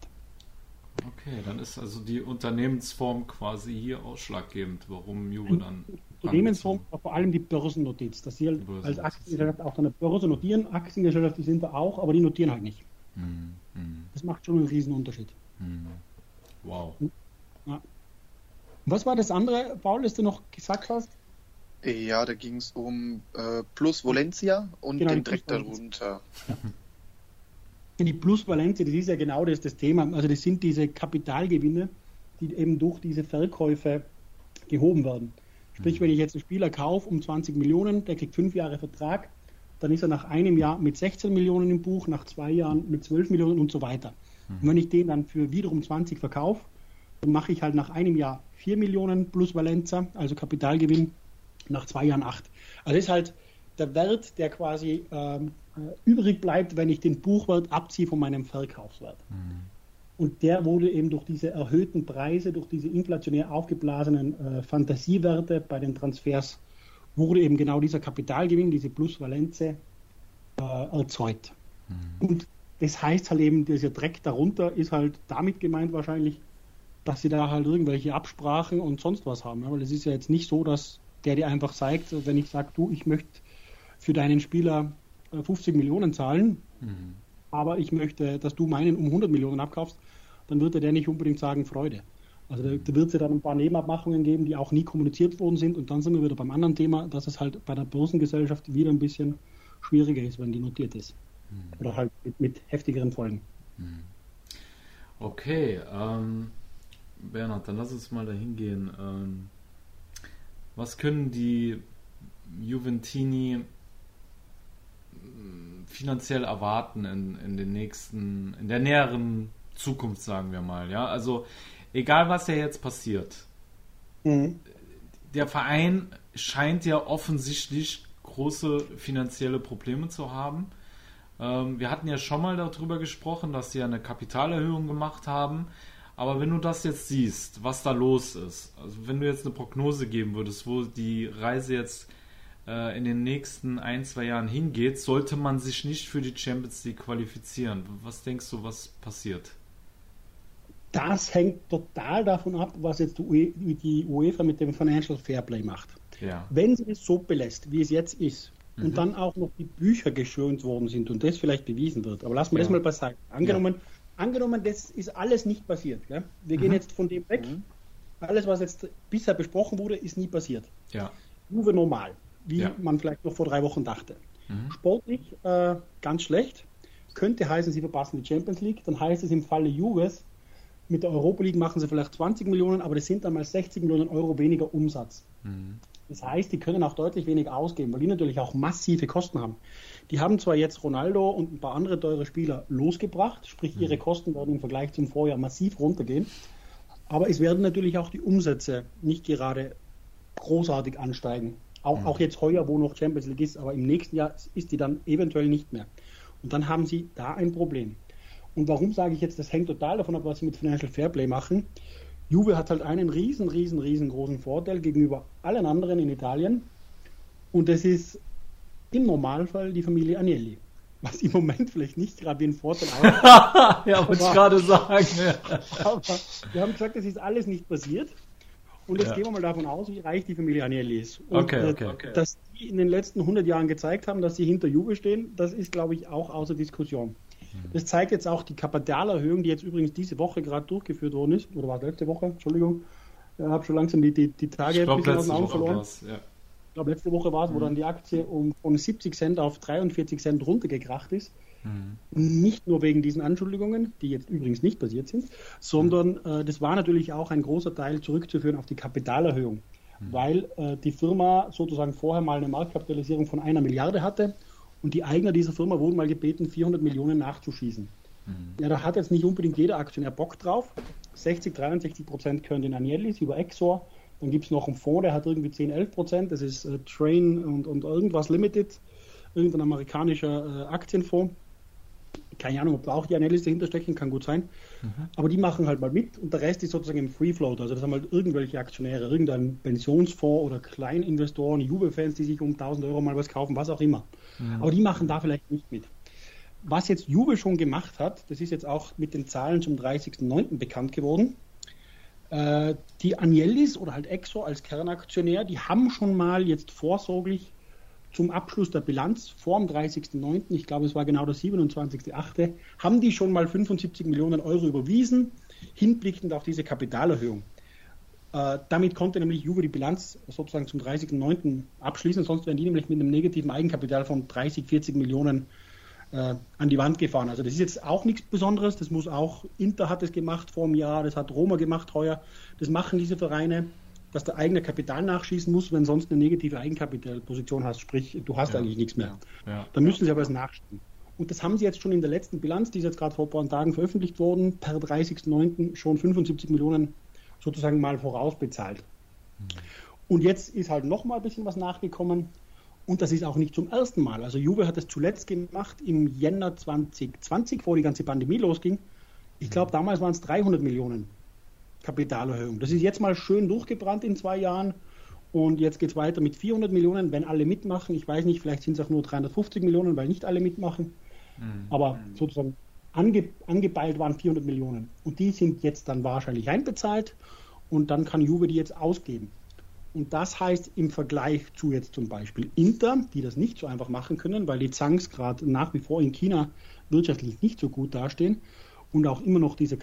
Okay, dann ist also die Unternehmensform quasi hier ausschlaggebend, warum Juve dann... Unternehmensform, vor allem die Börsennotiz, dass sie halt als Aktiengesellschaft auch an der Börse notieren. Aktiengesellschaft sind wir auch, aber die notieren halt nicht. Mhm. Das macht schon einen riesen Unterschied. Mhm. Wow. Ja. Was war das andere, Paul, das du noch gesagt hast? Ja, da ging es um äh, Plus Valencia und genau, den Dreck darunter. Ja. Die Plus Valencia, das ist ja genau das, das Thema. Also das sind diese Kapitalgewinne, die eben durch diese Verkäufe gehoben werden. Sprich, wenn ich jetzt einen Spieler kaufe um zwanzig Millionen, der kriegt fünf Jahre Vertrag, dann ist er nach einem Jahr mit sechzehn Millionen im Buch, nach zwei Jahren mit zwölf Millionen und so weiter. Mhm. Und wenn ich den dann für wiederum zwanzig verkaufe, dann mache ich halt nach einem Jahr vier Millionen plus Valenza, also Kapitalgewinn, nach zwei Jahren acht. Also das ist halt der Wert, der quasi ähm, übrig bleibt, wenn ich den Buchwert abziehe von meinem Verkaufswert. Mhm. Und der wurde eben durch diese erhöhten Preise, durch diese inflationär aufgeblasenen äh, Fantasiewerte bei den Transfers, wurde eben genau dieser Kapitalgewinn, diese Plusvalenze äh, erzeugt. Mhm. Und das heißt halt eben, dieser Dreck darunter ist halt damit gemeint wahrscheinlich, dass sie da halt irgendwelche Absprachen und sonst was haben. Ja? Weil es ist ja jetzt nicht so, dass der dir einfach zeigt, wenn ich sage, du, ich möchte für deinen Spieler äh, fünfzig Millionen zahlen, mhm. aber ich möchte, dass du meinen um hundert Millionen abkaufst, dann wird der nicht unbedingt sagen Freude. Also da, da wird es ja dann ein paar Nebenabmachungen geben, die auch nie kommuniziert worden sind und dann sind wir wieder beim anderen Thema, dass es halt bei der Börsengesellschaft wieder ein bisschen schwieriger ist, wenn die notiert ist. Mhm. Oder halt mit, mit heftigeren Folgen. Mhm. Okay, ähm, Bernhard, dann lass uns mal dahin gehen. Ähm, was können die Juventini finanziell erwarten in, in den nächsten, in der näheren Zukunft, sagen wir mal, ja, also egal was ja jetzt passiert, mhm. der Verein scheint ja offensichtlich große finanzielle Probleme zu haben. Ähm, wir hatten ja schon mal darüber gesprochen, dass sie ja eine Kapitalerhöhung gemacht haben, aber wenn du das jetzt siehst, was da los ist, also wenn du jetzt eine Prognose geben würdest, wo die Reise jetzt in den nächsten ein, zwei Jahren hingeht, sollte man sich nicht für die Champions League qualifizieren. Was denkst du, was passiert? Das hängt total davon ab, was jetzt die UEFA mit dem Financial Fairplay macht. Ja. Wenn sie es so belässt, wie es jetzt ist, mhm. und dann auch noch die Bücher geschönt worden sind und das vielleicht bewiesen wird. Aber lassen wir ja. das mal beiseite. Angenommen, ja. angenommen, das ist alles nicht passiert. Ja? Wir mhm. gehen jetzt von dem weg. Mhm. Alles, was jetzt bisher besprochen wurde, ist nie passiert. Ja. Juve normal, wie ja. man vielleicht noch vor drei Wochen dachte. Mhm. Sportlich äh, ganz schlecht. Könnte heißen, sie verpassen die Champions League. Dann heißt es im Falle Juves, mit der Europa League machen sie vielleicht zwanzig Millionen, aber das sind dann mal sechzig Millionen Euro weniger Umsatz. Mhm. Das heißt, die können auch deutlich weniger ausgeben, weil die natürlich auch massive Kosten haben. Die haben zwar jetzt Ronaldo und ein paar andere teure Spieler losgebracht, sprich ihre Kosten werden im Vergleich zum Vorjahr massiv runtergehen. Aber es werden natürlich auch die Umsätze nicht gerade großartig ansteigen. Auch, mhm. auch jetzt heuer, wo noch Champions League ist, aber im nächsten Jahr ist die dann eventuell nicht mehr. Und dann haben sie da ein Problem. Und warum sage ich jetzt, das hängt total davon ab, was sie mit Financial Fairplay machen. Juve hat halt einen riesen, riesen, riesengroßen Vorteil gegenüber allen anderen in Italien. Und das ist im Normalfall die Familie Agnelli. Was im Moment vielleicht nicht gerade wie ein Vorteil aussieht. Ja, wollte ich gerade sagen. Aber wir haben gesagt, das ist alles nicht passiert. Und jetzt ja. gehen wir mal davon aus, wie reich die Familie Agnelli ist. Und okay, okay, äh, okay. dass die in den letzten hundert Jahren gezeigt haben, dass sie hinter Juve stehen, das ist, glaube ich, auch außer Diskussion. Mhm. Das zeigt jetzt auch die Kapitalerhöhung, die jetzt übrigens diese Woche gerade durchgeführt worden ist. Oder war es letzte Woche? Entschuldigung. Ich habe schon langsam die, die, die Tage ich ein bisschen aus den Augen Woche verloren. Ja. Ich glaube, letzte Woche war es, wo dann die Aktie um von siebzig Cent auf dreiundvierzig Cent runtergekracht ist. Mhm. Nicht nur wegen diesen Anschuldigungen, die jetzt übrigens nicht passiert sind, sondern äh, das war natürlich auch ein großer Teil zurückzuführen auf die Kapitalerhöhung, mhm. weil äh, die Firma sozusagen vorher mal eine Marktkapitalisierung von einer Milliarde hatte und die Eigner dieser Firma wurden mal gebeten, vierhundert Millionen nachzuschießen. Mhm. Ja, da hat jetzt nicht unbedingt jeder Aktionär Bock drauf. sechzig, dreiundsechzig Prozent können den Agnellis über Exor. Dann gibt es noch einen Fonds, der hat irgendwie zehn, elf Prozent. Das ist äh, Train und, und irgendwas Limited, irgendein amerikanischer äh, Aktienfonds. Keine Ahnung, ob da auch die Agnellis dahinter stecken, kann gut sein. Mhm. Aber die machen halt mal mit und der Rest ist sozusagen im Free Float. Also das haben halt irgendwelche Aktionäre, irgendein Pensionsfonds oder Kleininvestoren, Juve-Fans, die sich um tausend Euro mal was kaufen, was auch immer. Mhm. Aber die machen da vielleicht nicht mit. Was jetzt Juve schon gemacht hat, das ist jetzt auch mit den Zahlen zum dreißigsten neunten bekannt geworden. Äh, die Agnellis oder halt Exor als Kernaktionär, die haben schon mal jetzt vorsorglich zum Abschluss der Bilanz vor dem dreißigsten neunten, ich glaube es war genau der siebenundzwanzigsten achten, haben die schon mal fünfundsiebzig Millionen Euro überwiesen, hinblickend auf diese Kapitalerhöhung. Äh, damit konnte nämlich Juve die Bilanz sozusagen zum dreißigsten neunten abschließen, sonst wären die nämlich mit einem negativen Eigenkapital von dreißig, vierzig Millionen äh, an die Wand gefahren. Also das ist jetzt auch nichts Besonderes, das muss auch, Inter hat es gemacht vor einem Jahr, das hat Roma gemacht heuer, das machen diese Vereine, dass der eigene Kapital nachschießen muss, wenn sonst eine negative Eigenkapitalposition hast, sprich, du hast ja. eigentlich nichts mehr. Ja. Dann müssen sie aber es nachschieben. Und das haben sie jetzt schon in der letzten Bilanz, die ist jetzt gerade vor ein paar Tagen veröffentlicht worden, per dreißigsten neunten schon fünfundsiebzig Millionen sozusagen mal vorausbezahlt. Mhm. Und jetzt ist halt noch mal ein bisschen was nachgekommen und das ist auch nicht zum ersten Mal. Also Juve hat es zuletzt gemacht im Jänner zwanzig zwanzig, bevor die ganze Pandemie losging. Ich glaube, damals waren es dreihundert Millionen. Kapitalerhöhung. Das ist jetzt mal schön durchgebrannt in zwei Jahren und jetzt geht es weiter mit vierhundert Millionen, wenn alle mitmachen. Ich weiß nicht, vielleicht sind es auch nur dreihundertfünfzig Millionen, weil nicht alle mitmachen. Mhm. Aber sozusagen ange, angebeilt waren vierhundert Millionen. Und die sind jetzt dann wahrscheinlich einbezahlt und dann kann Juve die jetzt ausgeben. Und das heißt im Vergleich zu jetzt zum Beispiel Inter, die das nicht so einfach machen können, weil die Zangs gerade nach wie vor in China wirtschaftlich nicht so gut dastehen, und auch immer noch diese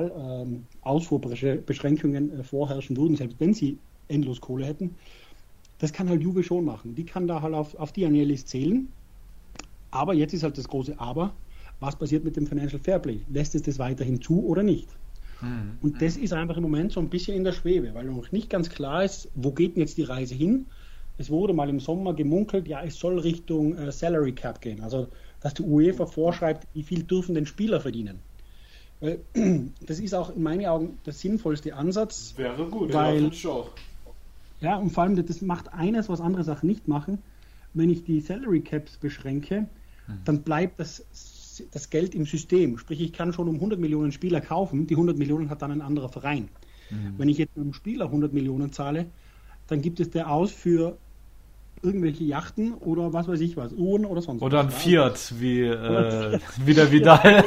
Kapitalausfuhrbeschränkungen ähm, äh, vorherrschen würden, selbst wenn sie endlos Kohle hätten. Das kann halt Juve schon machen. Die kann da halt auf, auf die Agnellis zählen. Aber jetzt ist halt das große Aber, was passiert mit dem Financial Fairplay? Lässt es das weiterhin zu oder nicht? Mhm. Und das ist einfach im Moment so ein bisschen in der Schwebe, weil noch nicht ganz klar ist, wo geht denn jetzt die Reise hin? Es wurde mal im Sommer gemunkelt, ja, es soll Richtung äh, Salary Cap gehen. Also, dass die UEFA vorschreibt, wie viel dürfen denn Spieler verdienen. Das ist auch in meinen Augen der sinnvollste Ansatz. Wäre gut, weil, ja, auch. Ja, und vor allem, das macht eines, was andere Sachen nicht machen. Wenn ich die Salary Caps beschränke, hm. dann bleibt das, das Geld im System. Sprich, ich kann schon um hundert Millionen Spieler kaufen, die hundert Millionen hat dann ein anderer Verein. Hm. Wenn ich jetzt einem Spieler hundert Millionen zahle, dann gibt es der aus für irgendwelche Yachten oder was weiß ich was, Uhren oder sonst was. Oder ein Fiat, wie, äh, wie der Vidal.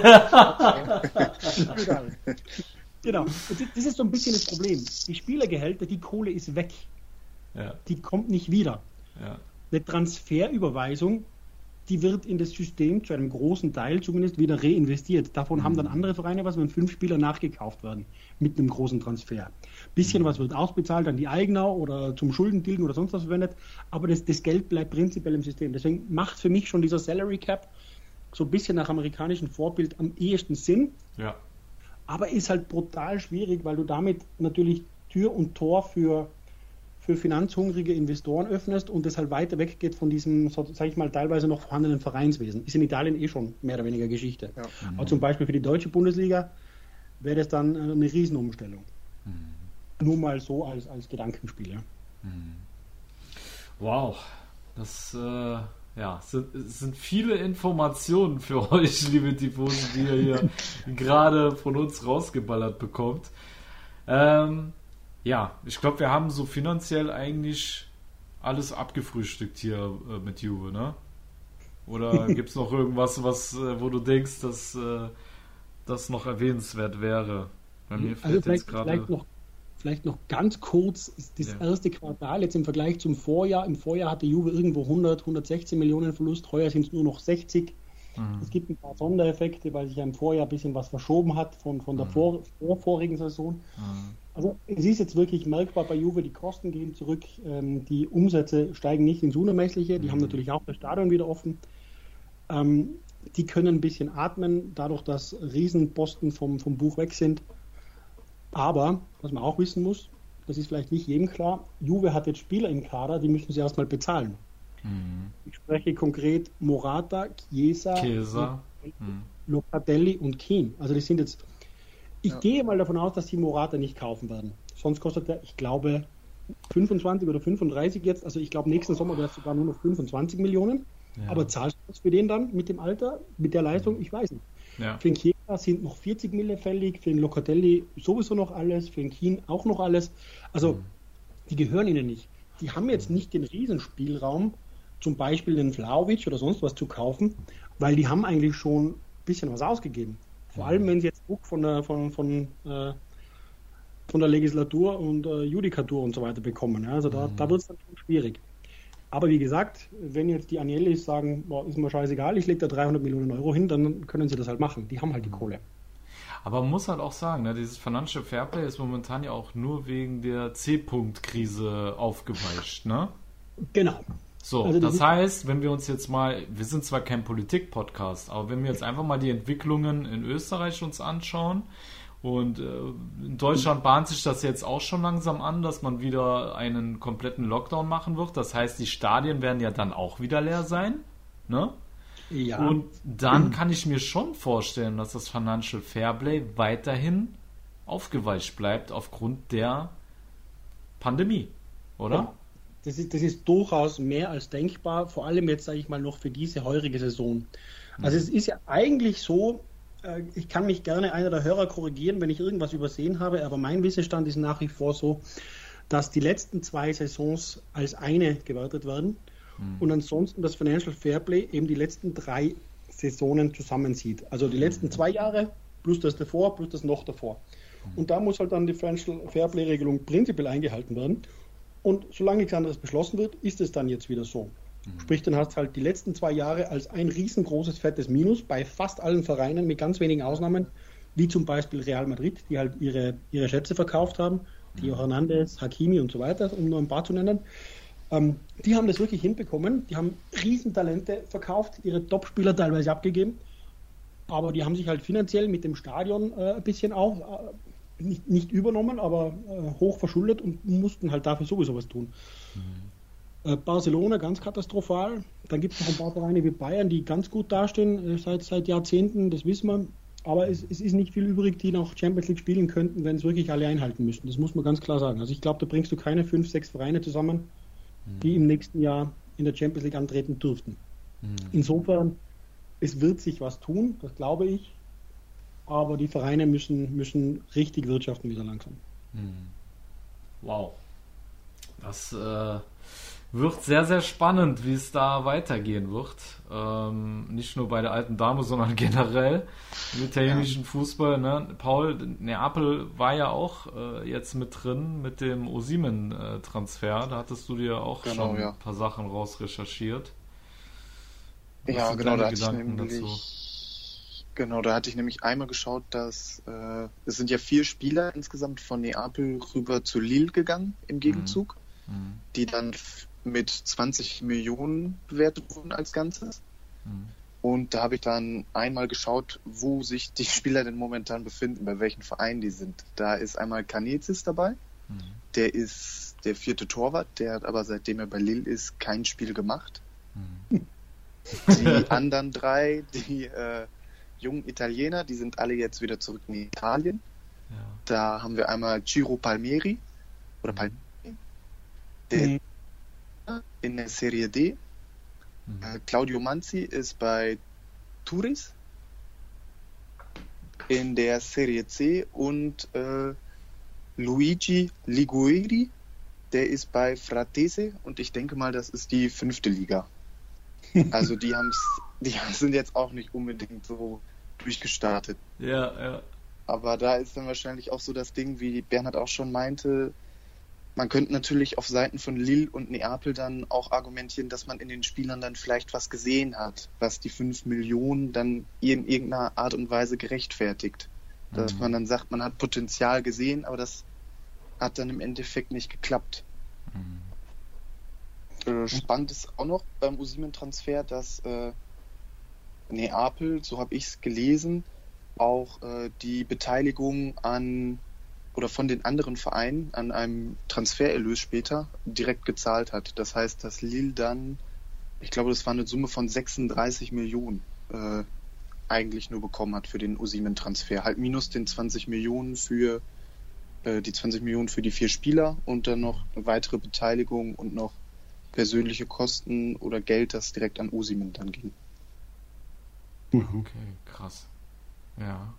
Genau, das ist so ein bisschen das Problem. Die Spielergehälter, die Kohle ist weg. Ja. Die kommt nicht wieder. Ja. eine Transferüberweisung, die wird in das System zu einem großen Teil zumindest wieder reinvestiert. Davon mhm. haben dann andere Vereine was, wenn fünf Spieler nachgekauft werden mit einem großen Transfer. Bisschen was wird ausbezahlt an die Eigner oder zum Schuldentilgen oder sonst was verwendet, aber das, das Geld bleibt prinzipiell im System. Deswegen macht für mich schon dieser Salary Cap so ein bisschen nach amerikanischem Vorbild am ehesten Sinn, ja. aber ist halt brutal schwierig, weil du damit natürlich Tür und Tor für für finanzhungrige Investoren öffnest und es halt weiter weggeht von diesem, so, sag ich mal, teilweise noch vorhandenen Vereinswesen. Ist in Italien eh schon mehr oder weniger Geschichte. Ja. Mhm. Aber zum Beispiel für die deutsche Bundesliga wäre das dann eine Riesenumstellung. Mhm. Nur mal so als, als Gedankenspiel. Ja. Mhm. Wow, das äh, ja, sind, sind viele Informationen für euch, liebe Tifosen, die ihr hier gerade von uns rausgeballert bekommt. Ähm, Ja, ich glaube, wir haben so finanziell eigentlich alles abgefrühstückt hier äh, mit Juve, ne? Oder gibt es noch irgendwas, was, äh, wo du denkst, dass äh, das noch erwähnenswert wäre? Bei mir also fällt vielleicht, jetzt gerade... Vielleicht noch, vielleicht noch ganz kurz, das ja. erste Quartal jetzt im Vergleich zum Vorjahr. Im Vorjahr hatte Juve irgendwo hundert, hundertsechzehn Millionen Verlust, heuer sind es nur noch sechzig. Mhm. Es gibt ein paar Sondereffekte, weil sich ja im Vorjahr ein bisschen was verschoben hat von, von der mhm. vor, vor, vorigen Saison. Mhm. Also es ist jetzt wirklich merkbar bei Juve, die Kosten gehen zurück, ähm, die Umsätze steigen nicht ins Unermessliche, die mhm. haben natürlich auch das Stadion wieder offen. Ähm, die können ein bisschen atmen, dadurch, dass Riesenposten vom, vom Buch weg sind. Aber, was man auch wissen muss, das ist vielleicht nicht jedem klar, Juve hat jetzt Spieler im Kader, die müssen sie erstmal bezahlen. Mhm. Ich spreche konkret Morata, Chiesa, Chiesa. Locatelli und Kean. Also das sind jetzt, ich ja. gehe mal davon aus, dass die Morata nicht kaufen werden. Sonst kostet er, ich glaube, fünfundzwanzig oder fünfunddreißig jetzt. Also ich glaube, nächsten Sommer wäre es sogar nur noch fünfundzwanzig Millionen. Ja. Aber zahlst du das für den dann mit dem Alter, mit der Leistung? Ich weiß nicht. Ja. Für den Chiesa sind noch vierzig Mille fällig, für den Locatelli sowieso noch alles, für den Kean auch noch alles. Also mhm. die gehören ihnen nicht. Die haben jetzt nicht den Riesenspielraum, zum Beispiel den Vlahovic oder sonst was zu kaufen, weil die haben eigentlich schon ein bisschen was ausgegeben. Vor allem, wenn sie jetzt Druck von der, von, von, äh, von der Legislatur und äh, Judikatur und so weiter bekommen. Ja? Also da, mhm. da wird es dann schon schwierig. Aber wie gesagt, wenn jetzt die Agnellis sagen, boah, ist mir scheißegal, ich lege da dreihundert Millionen Euro hin, dann können sie das halt machen. Die haben halt die Kohle. Aber man muss halt auch sagen, ne, dieses Financial Fairplay ist momentan ja auch nur wegen der C-Punkt-Krise aufgeweicht, ne? Genau. So, also das, das heißt, wenn wir uns jetzt mal, wir sind zwar kein Politik-Podcast, aber wenn wir jetzt einfach mal die Entwicklungen in Österreich uns anschauen und äh, in Deutschland bahnt sich das jetzt auch schon langsam an, dass man wieder einen kompletten Lockdown machen wird. Das heißt, die Stadien werden ja dann auch wieder leer sein, ne? Ja. Und dann kann ich mir schon vorstellen, dass das Financial Fairplay weiterhin aufgeweicht bleibt aufgrund der Pandemie, oder? Ja. Das ist, das ist durchaus mehr als denkbar, vor allem jetzt, sage ich mal, noch für diese heurige Saison. Also mhm. es ist ja eigentlich so, äh, ich kann mich gerne einer der Hörer korrigieren, wenn ich irgendwas übersehen habe, aber mein Wissensstand ist nach wie vor so, dass die letzten zwei Saisons als eine gewertet werden mhm. und ansonsten das Financial Fairplay eben die letzten drei Saisonen zusammenzieht. Also die letzten mhm. zwei Jahre plus das davor, plus das noch davor. Mhm. Und da muss halt dann die Financial Fairplay-Regelung prinzipiell eingehalten werden. Und solange nichts anderes beschlossen wird, ist es dann jetzt wieder so. Mhm. Sprich, dann hast du halt die letzten zwei Jahre als ein riesengroßes, fettes Minus bei fast allen Vereinen, mit ganz wenigen Ausnahmen, wie zum Beispiel Real Madrid, die halt ihre, ihre Schätze verkauft haben, Theo mhm. Hernandez, Hakimi und so weiter, um nur ein paar zu nennen. Ähm, die haben das wirklich hinbekommen, die haben Riesentalente verkauft, ihre Topspieler teilweise abgegeben, aber die haben sich halt finanziell mit dem Stadion äh, ein bisschen auch... Äh, Nicht, nicht übernommen, aber äh, hoch verschuldet und mussten halt dafür sowieso was tun. Mhm. Äh, Barcelona ganz katastrophal. Dann gibt es noch ein paar Vereine wie Bayern, die ganz gut dastehen äh, seit, seit Jahrzehnten, das wissen wir. Aber es, es ist nicht viel übrig, die noch Champions League spielen könnten, wenn es wirklich alle einhalten müssten. Das muss man ganz klar sagen. Also ich glaube, da bringst du keine fünf, sechs Vereine zusammen, mhm. die im nächsten Jahr in der Champions League antreten dürften. Mhm. Insofern, es wird sich was tun, das glaube ich. Aber die Vereine müssen, müssen richtig wirtschaften wieder langsam. Wow. Das äh, wird sehr, sehr spannend, wie es da weitergehen wird. Ähm, nicht nur bei der alten Dame, sondern generell im italienischen ja. Fußball. Ne? Paul, Neapel war ja auch äh, jetzt mit drin mit dem Osimhen-Transfer. Da hattest du dir auch genau, schon ja. ein paar Sachen rausrecherchiert. Was ja, genau, da hatte Gedanken ich nämlich, dazu? Genau, da hatte ich nämlich einmal geschaut, dass äh, es sind ja vier Spieler insgesamt von Neapel rüber zu Lille gegangen im Gegenzug, mhm. die dann mit zwanzig Millionen bewertet wurden als Ganzes. Mhm. Und da habe ich dann einmal geschaut, wo sich die Spieler denn momentan befinden, bei welchen Vereinen die sind. Da ist einmal Canezis dabei, mhm. der ist der vierte Torwart, der hat aber seitdem er bei Lille ist, kein Spiel gemacht. Mhm. Die anderen drei, die äh, jungen Italiener, die sind alle jetzt wieder zurück in Italien. Ja. Da haben wir einmal Ciro Palmieri, oder Palmieri, der mhm. in der Serie D. Mhm. Äh, Claudio Manzi ist bei Turris in der Serie C und äh, Luigi Liguori, der ist bei Fratese und ich denke mal, das ist die fünfte Liga. Also die haben's, die sind jetzt auch nicht unbedingt so durchgestartet. Ja, ja. Aber da ist dann wahrscheinlich auch so das Ding, wie Bernhard auch schon meinte, man könnte natürlich auf Seiten von Lille und Neapel dann auch argumentieren, dass man in den Spielern dann vielleicht was gesehen hat, was die fünf Millionen dann in irgendeiner Art und Weise gerechtfertigt. Dass mhm. man dann sagt, man hat Potenzial gesehen, aber das hat dann im Endeffekt nicht geklappt. Mhm. Äh, spannend ist auch noch beim Osimhen-Transfer, dass äh, Neapel, so habe ich es gelesen, auch äh, die Beteiligung an oder von den anderen Vereinen an einem Transfererlös später direkt gezahlt hat. Das heißt, dass Lille dann, ich glaube, das war eine Summe von sechsunddreißig Millionen äh, eigentlich nur bekommen hat für den Osimhen-Transfer. Halt minus den zwanzig Millionen für äh, die zwanzig Millionen für die vier Spieler und dann noch eine weitere Beteiligung und noch persönliche Kosten oder Geld, das direkt an Osimhen dann ging. Okay, krass. Ja.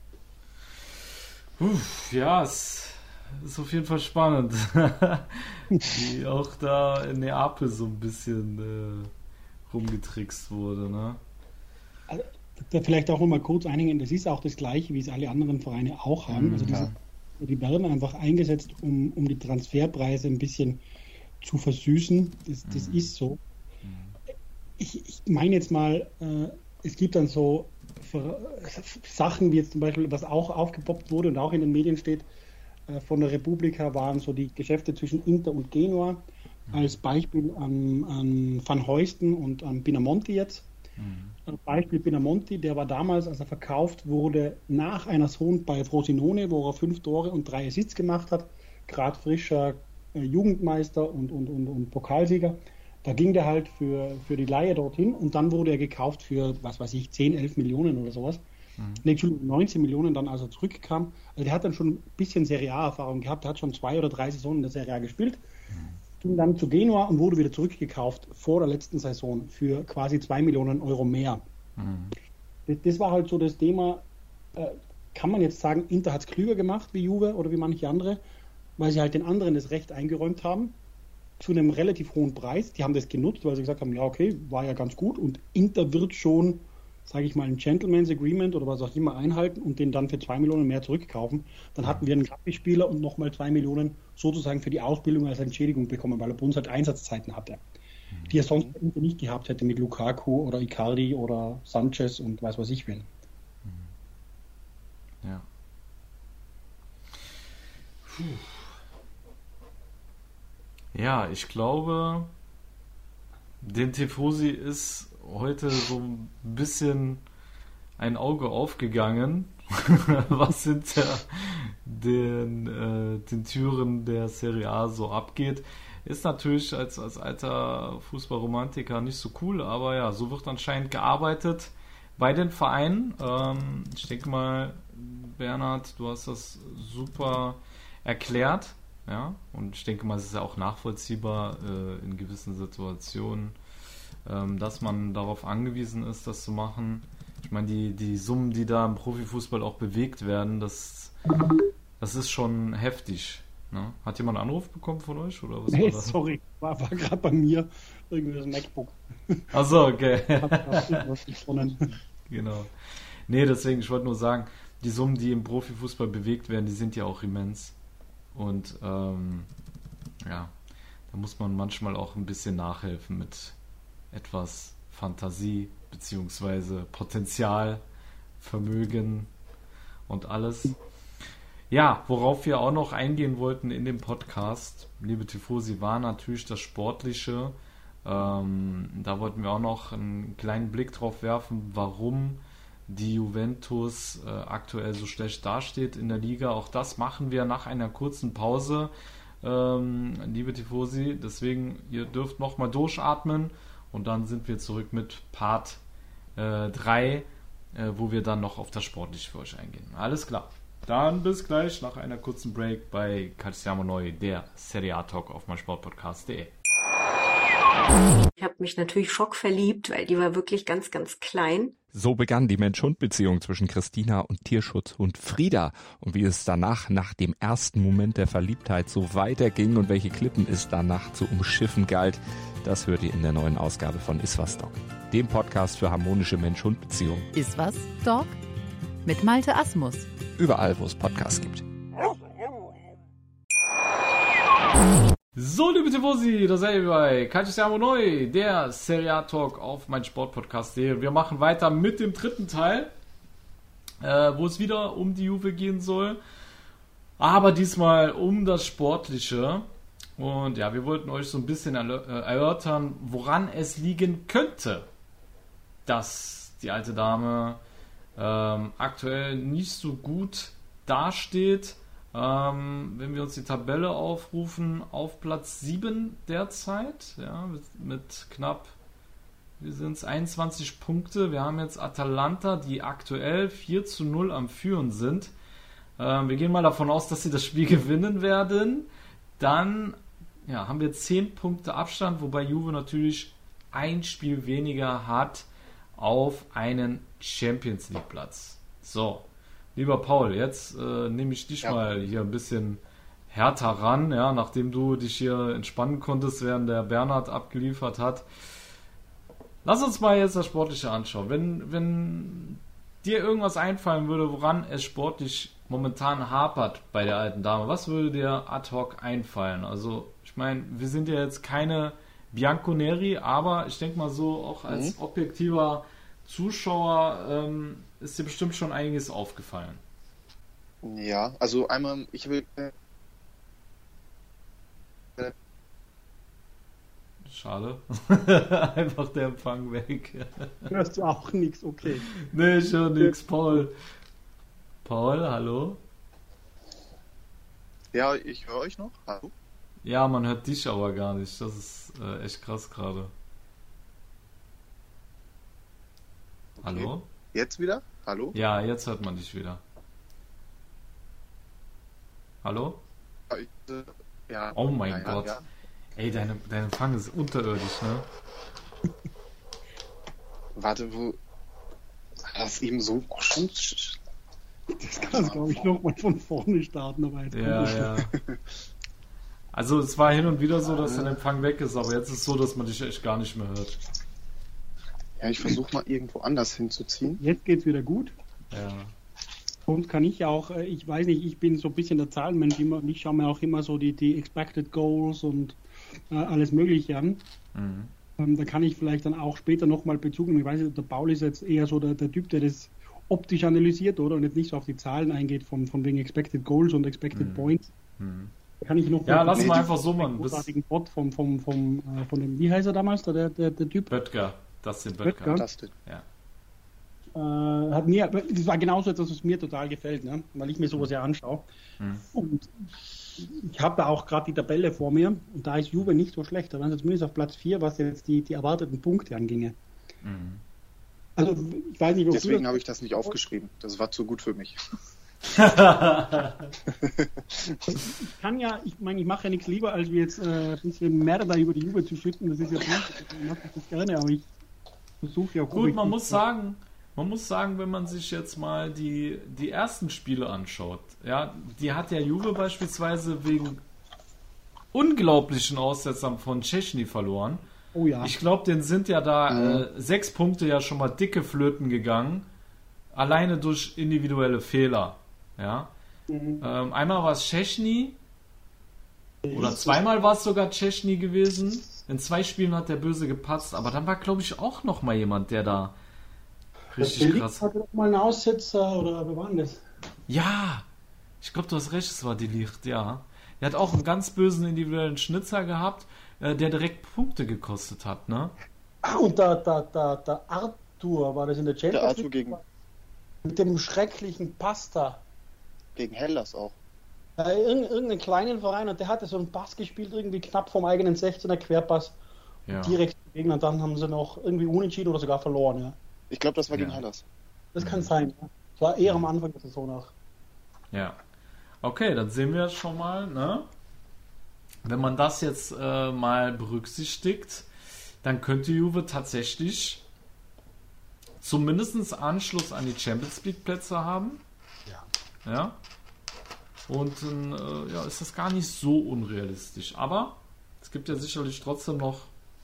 Uff, ja, es ist auf jeden Fall spannend. Wie auch da in Neapel so ein bisschen äh, rumgetrickst wurde, ne? Also, da vielleicht auch nochmal kurz einigen, das ist auch das Gleiche, wie es alle anderen Vereine auch haben. Also diese, die werden einfach eingesetzt, um, um die Transferpreise ein bisschen zu versüßen. Das, das mhm. ist so. Ich, ich meine jetzt mal, äh, es gibt dann so Sachen, wie jetzt zum Beispiel, was auch aufgepoppt wurde und auch in den Medien steht, äh, von der Republika, waren so die Geschäfte zwischen Inter und Genua, mhm. als Beispiel an, an Van Heusten und an Pinamonti jetzt. Mhm. Beispiel Pinamonti, der war damals, als er verkauft wurde, nach einer Saison bei Frosinone, wo er fünf Tore und drei Assists gemacht hat, gerade frischer äh, Jugendmeister und, und, und, und Pokalsieger. Da ging der halt für, für die Leihe dorthin und dann wurde er gekauft für, was weiß ich, zehn, elf Millionen oder sowas. Mhm. Ne, Entschuldigung, neunzehn Millionen dann, als er zurückkam. Also der hat dann schon ein bisschen Serie A-Erfahrung gehabt, der hat schon zwei oder drei Saisonen in der Serie A gespielt. Mhm. Ging dann zu Genua und wurde wieder zurückgekauft vor der letzten Saison für quasi zwei Millionen Euro mehr. Mhm. Das, das war halt so das Thema, äh, kann man jetzt sagen, Inter hat es klüger gemacht wie Juve oder wie manche andere, weil sie halt den anderen das Recht eingeräumt haben, zu einem relativ hohen Preis. Die haben das genutzt, weil sie gesagt haben, ja okay, war ja ganz gut und Inter wird schon, sage ich mal, ein Gentleman's Agreement oder was auch immer einhalten und den dann für zwei Millionen mehr zurückkaufen. Dann hatten wir einen Gratis-Spieler und nochmal zwei Millionen sozusagen für die Ausbildung als Entschädigung bekommen, weil er bei uns halt Einsatzzeiten hatte, mhm. die er sonst nicht gehabt hätte mit Lukaku oder Icardi oder Sanchez und weiß was ich will. Ja. Puh. Ja, ich glaube, den Tifosi ist heute so ein bisschen ein Auge aufgegangen, was hinter den, äh, den Türen der Serie A so abgeht. Ist natürlich als, als alter Fußballromantiker nicht so cool, aber ja, so wird anscheinend gearbeitet bei den Vereinen. Ähm, ich denke mal, Bernhard, du hast das super erklärt. Ja, und ich denke mal, es ist ja auch nachvollziehbar äh, in gewissen Situationen, ähm, dass man darauf angewiesen ist, das zu machen. Ich meine, die, die Summen, die da im Profifußball auch bewegt werden, das, das ist schon heftig. Ne? Hat jemand einen Anruf bekommen von euch? Oder was Nee, war das? sorry, war, war gerade bei mir irgendwie das MacBook. Achso, okay. Was gesponnen. Genau. Nee, deswegen, ich wollte nur sagen, die Summen, die im Profifußball bewegt werden, die sind ja auch immens. Und ähm, ja, da muss man manchmal auch ein bisschen nachhelfen mit etwas Fantasie beziehungsweise Potenzial, Vermögen und alles. Ja, worauf wir auch noch eingehen wollten in dem Podcast, liebe Tifosi, war natürlich das Sportliche. Ähm, da wollten wir auch noch einen kleinen Blick drauf werfen, warum die Juventus äh, aktuell so schlecht dasteht in der Liga. Auch das machen wir nach einer kurzen Pause, ähm, liebe Tifosi. Deswegen, ihr dürft nochmal durchatmen und dann sind wir zurück mit Part äh, drei, äh, wo wir dann noch auf das Sportliche für euch eingehen. Alles klar. Dann bis gleich nach einer kurzen Break bei Calciamo Neu, der Serie A Talk auf meinsportpodcast punkt de. Ich habe mich natürlich schockverliebt, weil die war wirklich ganz, ganz klein. So begann die Mensch-Hund-Beziehung zwischen Christina und Tierschutzhund Frieda. Und wie es danach, nach dem ersten Moment der Verliebtheit, so weiterging und welche Klippen es danach zu umschiffen galt, das hört ihr in der neuen Ausgabe von Iswas Dog, dem Podcast für harmonische Mensch-Hund-Beziehungen. Iswas Dog? Mit Malte Asmus. Überall, wo es Podcasts gibt. So, liebe Tifosi, da seid ihr bei Calciamo Neu, der Serie A Talk auf meinsportpodcast punkt de. Wir machen weiter mit dem dritten Teil, äh, wo es wieder um die Juve gehen soll, aber diesmal um das Sportliche. Und ja, wir wollten euch so ein bisschen erlö- äh, erörtern, woran es liegen könnte, dass die alte Dame ähm, aktuell nicht so gut dasteht. Ähm, wenn wir uns die Tabelle aufrufen, auf Platz sieben derzeit, ja, mit, mit knapp, wir sind es einundzwanzig Punkte. Wir haben jetzt Atalanta, die aktuell vier zu null am Führen sind. Ähm, wir gehen mal davon aus, dass sie das Spiel gewinnen werden. Dann ja, haben wir zehn Punkte Abstand, wobei Juve natürlich ein Spiel weniger hat auf einen Champions League Platz. So. Lieber Paul, jetzt äh, nehme ich dich ja. mal hier ein bisschen härter ran, ja, nachdem du dich hier entspannen konntest, während der Bernhard abgeliefert hat. Lass uns mal jetzt das Sportliche anschauen. Wenn, wenn dir irgendwas einfallen würde, woran es sportlich momentan hapert bei der alten Dame, was würde dir ad hoc einfallen? Also, ich meine, wir sind ja jetzt keine Bianconeri, aber ich denke mal so, auch als mhm. objektiver Zuschauer ähm, ist dir bestimmt schon einiges aufgefallen. Ja, also einmal, ich will... Schade. Einfach der Empfang weg. Hörst du auch nichts, okay. Nee, schon nichts, Paul. Paul, hallo? Ja, ich höre euch noch. Hallo? Ja, man hört dich aber gar nicht. Das ist äh, echt krass gerade. Okay. Hallo? Jetzt wieder? Hallo? Ja, jetzt hört man dich wieder. Hallo? Ja. Oh mein ja, Gott. Ja. Ey, dein, dein Empfang ist unterirdisch, ne? Warte, wo... Das eben so... Oh, schon... Das kannst du, glaube ich, nochmal von vorne starten. Aber jetzt ja, ja. Also es war hin und wieder so, dass dein Empfang weg ist, aber jetzt ist es so, dass man dich echt gar nicht mehr hört. Ja, ich versuche mal irgendwo anders hinzuziehen. Jetzt geht's wieder gut. Ja. Und kann ich auch, ich weiß nicht, ich bin so ein bisschen der Zahlenmensch immer und ich schaue mir auch immer so die, die Expected Goals und äh, alles Mögliche an. Mhm. Ähm, da kann ich vielleicht dann auch später nochmal Bezug nehmen. Ich weiß nicht, der Paul ist jetzt eher so der, der Typ, der das optisch analysiert, oder? Und jetzt nicht so auf die Zahlen eingeht, von, von wegen Expected Goals und Expected mhm. Points. Mhm. Da kann ich noch ja, lass mal einfach so machen. Großartigen Bot vom, vom, vom, äh, von dem, wie heißt er damals, der, der, der Typ? Böttger. Dustin Böttger. Dustin. Ja. Äh, hat mir, das war genauso etwas, was mir total gefällt, ne? Weil ich mir sowas ja anschaue. Mhm. Und ich habe da auch gerade die Tabelle vor mir und da ist Juve nicht so schlecht. Da waren sie zumindest auf Platz vier, was jetzt die, die erwarteten Punkte anginge. Mhm. Also, ich weiß nicht, deswegen habe ich das nicht aufgeschrieben. Das war zu gut für mich. Ich kann ja, ich meine, ich mache ja nichts lieber, als wir jetzt äh, ein bisschen mehr da über die Juve zu schütten. Das ist ja blöd, ich mache das gerne, aber ich versuche ja auch. Gut, man muss sagen, man muss sagen, wenn man sich jetzt mal die, die ersten Spiele anschaut, ja, die hat ja Juve beispielsweise wegen unglaublichen Aussetzern von Szczęsny verloren. Oh ja. Ich glaube, denen sind ja da Mhm. äh, sechs Punkte ja schon mal dicke Flöten gegangen, alleine durch individuelle Fehler. Ja. Mhm. Ähm, einmal war es Szczęsny, oder zweimal war es sogar Szczęsny gewesen. In zwei Spielen hat der Böse gepatzt, aber dann war, glaube ich, auch noch mal jemand, der da richtig Der krass... hatte doch mal einen Aussetzer, oder wer war denn das? Ja, ich glaube, du hast recht, es war die Licht, ja. Er hat auch einen ganz bösen individuellen Schnitzer gehabt, äh, der direkt Punkte gekostet hat, ne? Ah, und der, der, der, der Arthur, war das in der Champions Der Arthur League? gegen, Mit dem schrecklichen Pasta. gegen Hellas auch. Äh, irgend- irgendeinen kleinen Verein, und der hatte so einen Pass gespielt, irgendwie knapp vom eigenen sechzehner Querpass. Ja. Direkt gegen, und dann haben sie noch irgendwie unentschieden oder sogar verloren, ja. Ich glaube, das war gegen Ja. Hellas. Das kann sein, ja. Das war eher am Anfang der Saison nach. Ja. Okay, dann sehen wir schon mal, ne? Wenn man das jetzt äh, mal berücksichtigt, dann könnte Juve tatsächlich zumindest Anschluss an die Champions League Plätze haben. Ja. Ja. Und dann äh, ja, ist das gar nicht so unrealistisch. Aber es gibt ja sicherlich trotzdem noch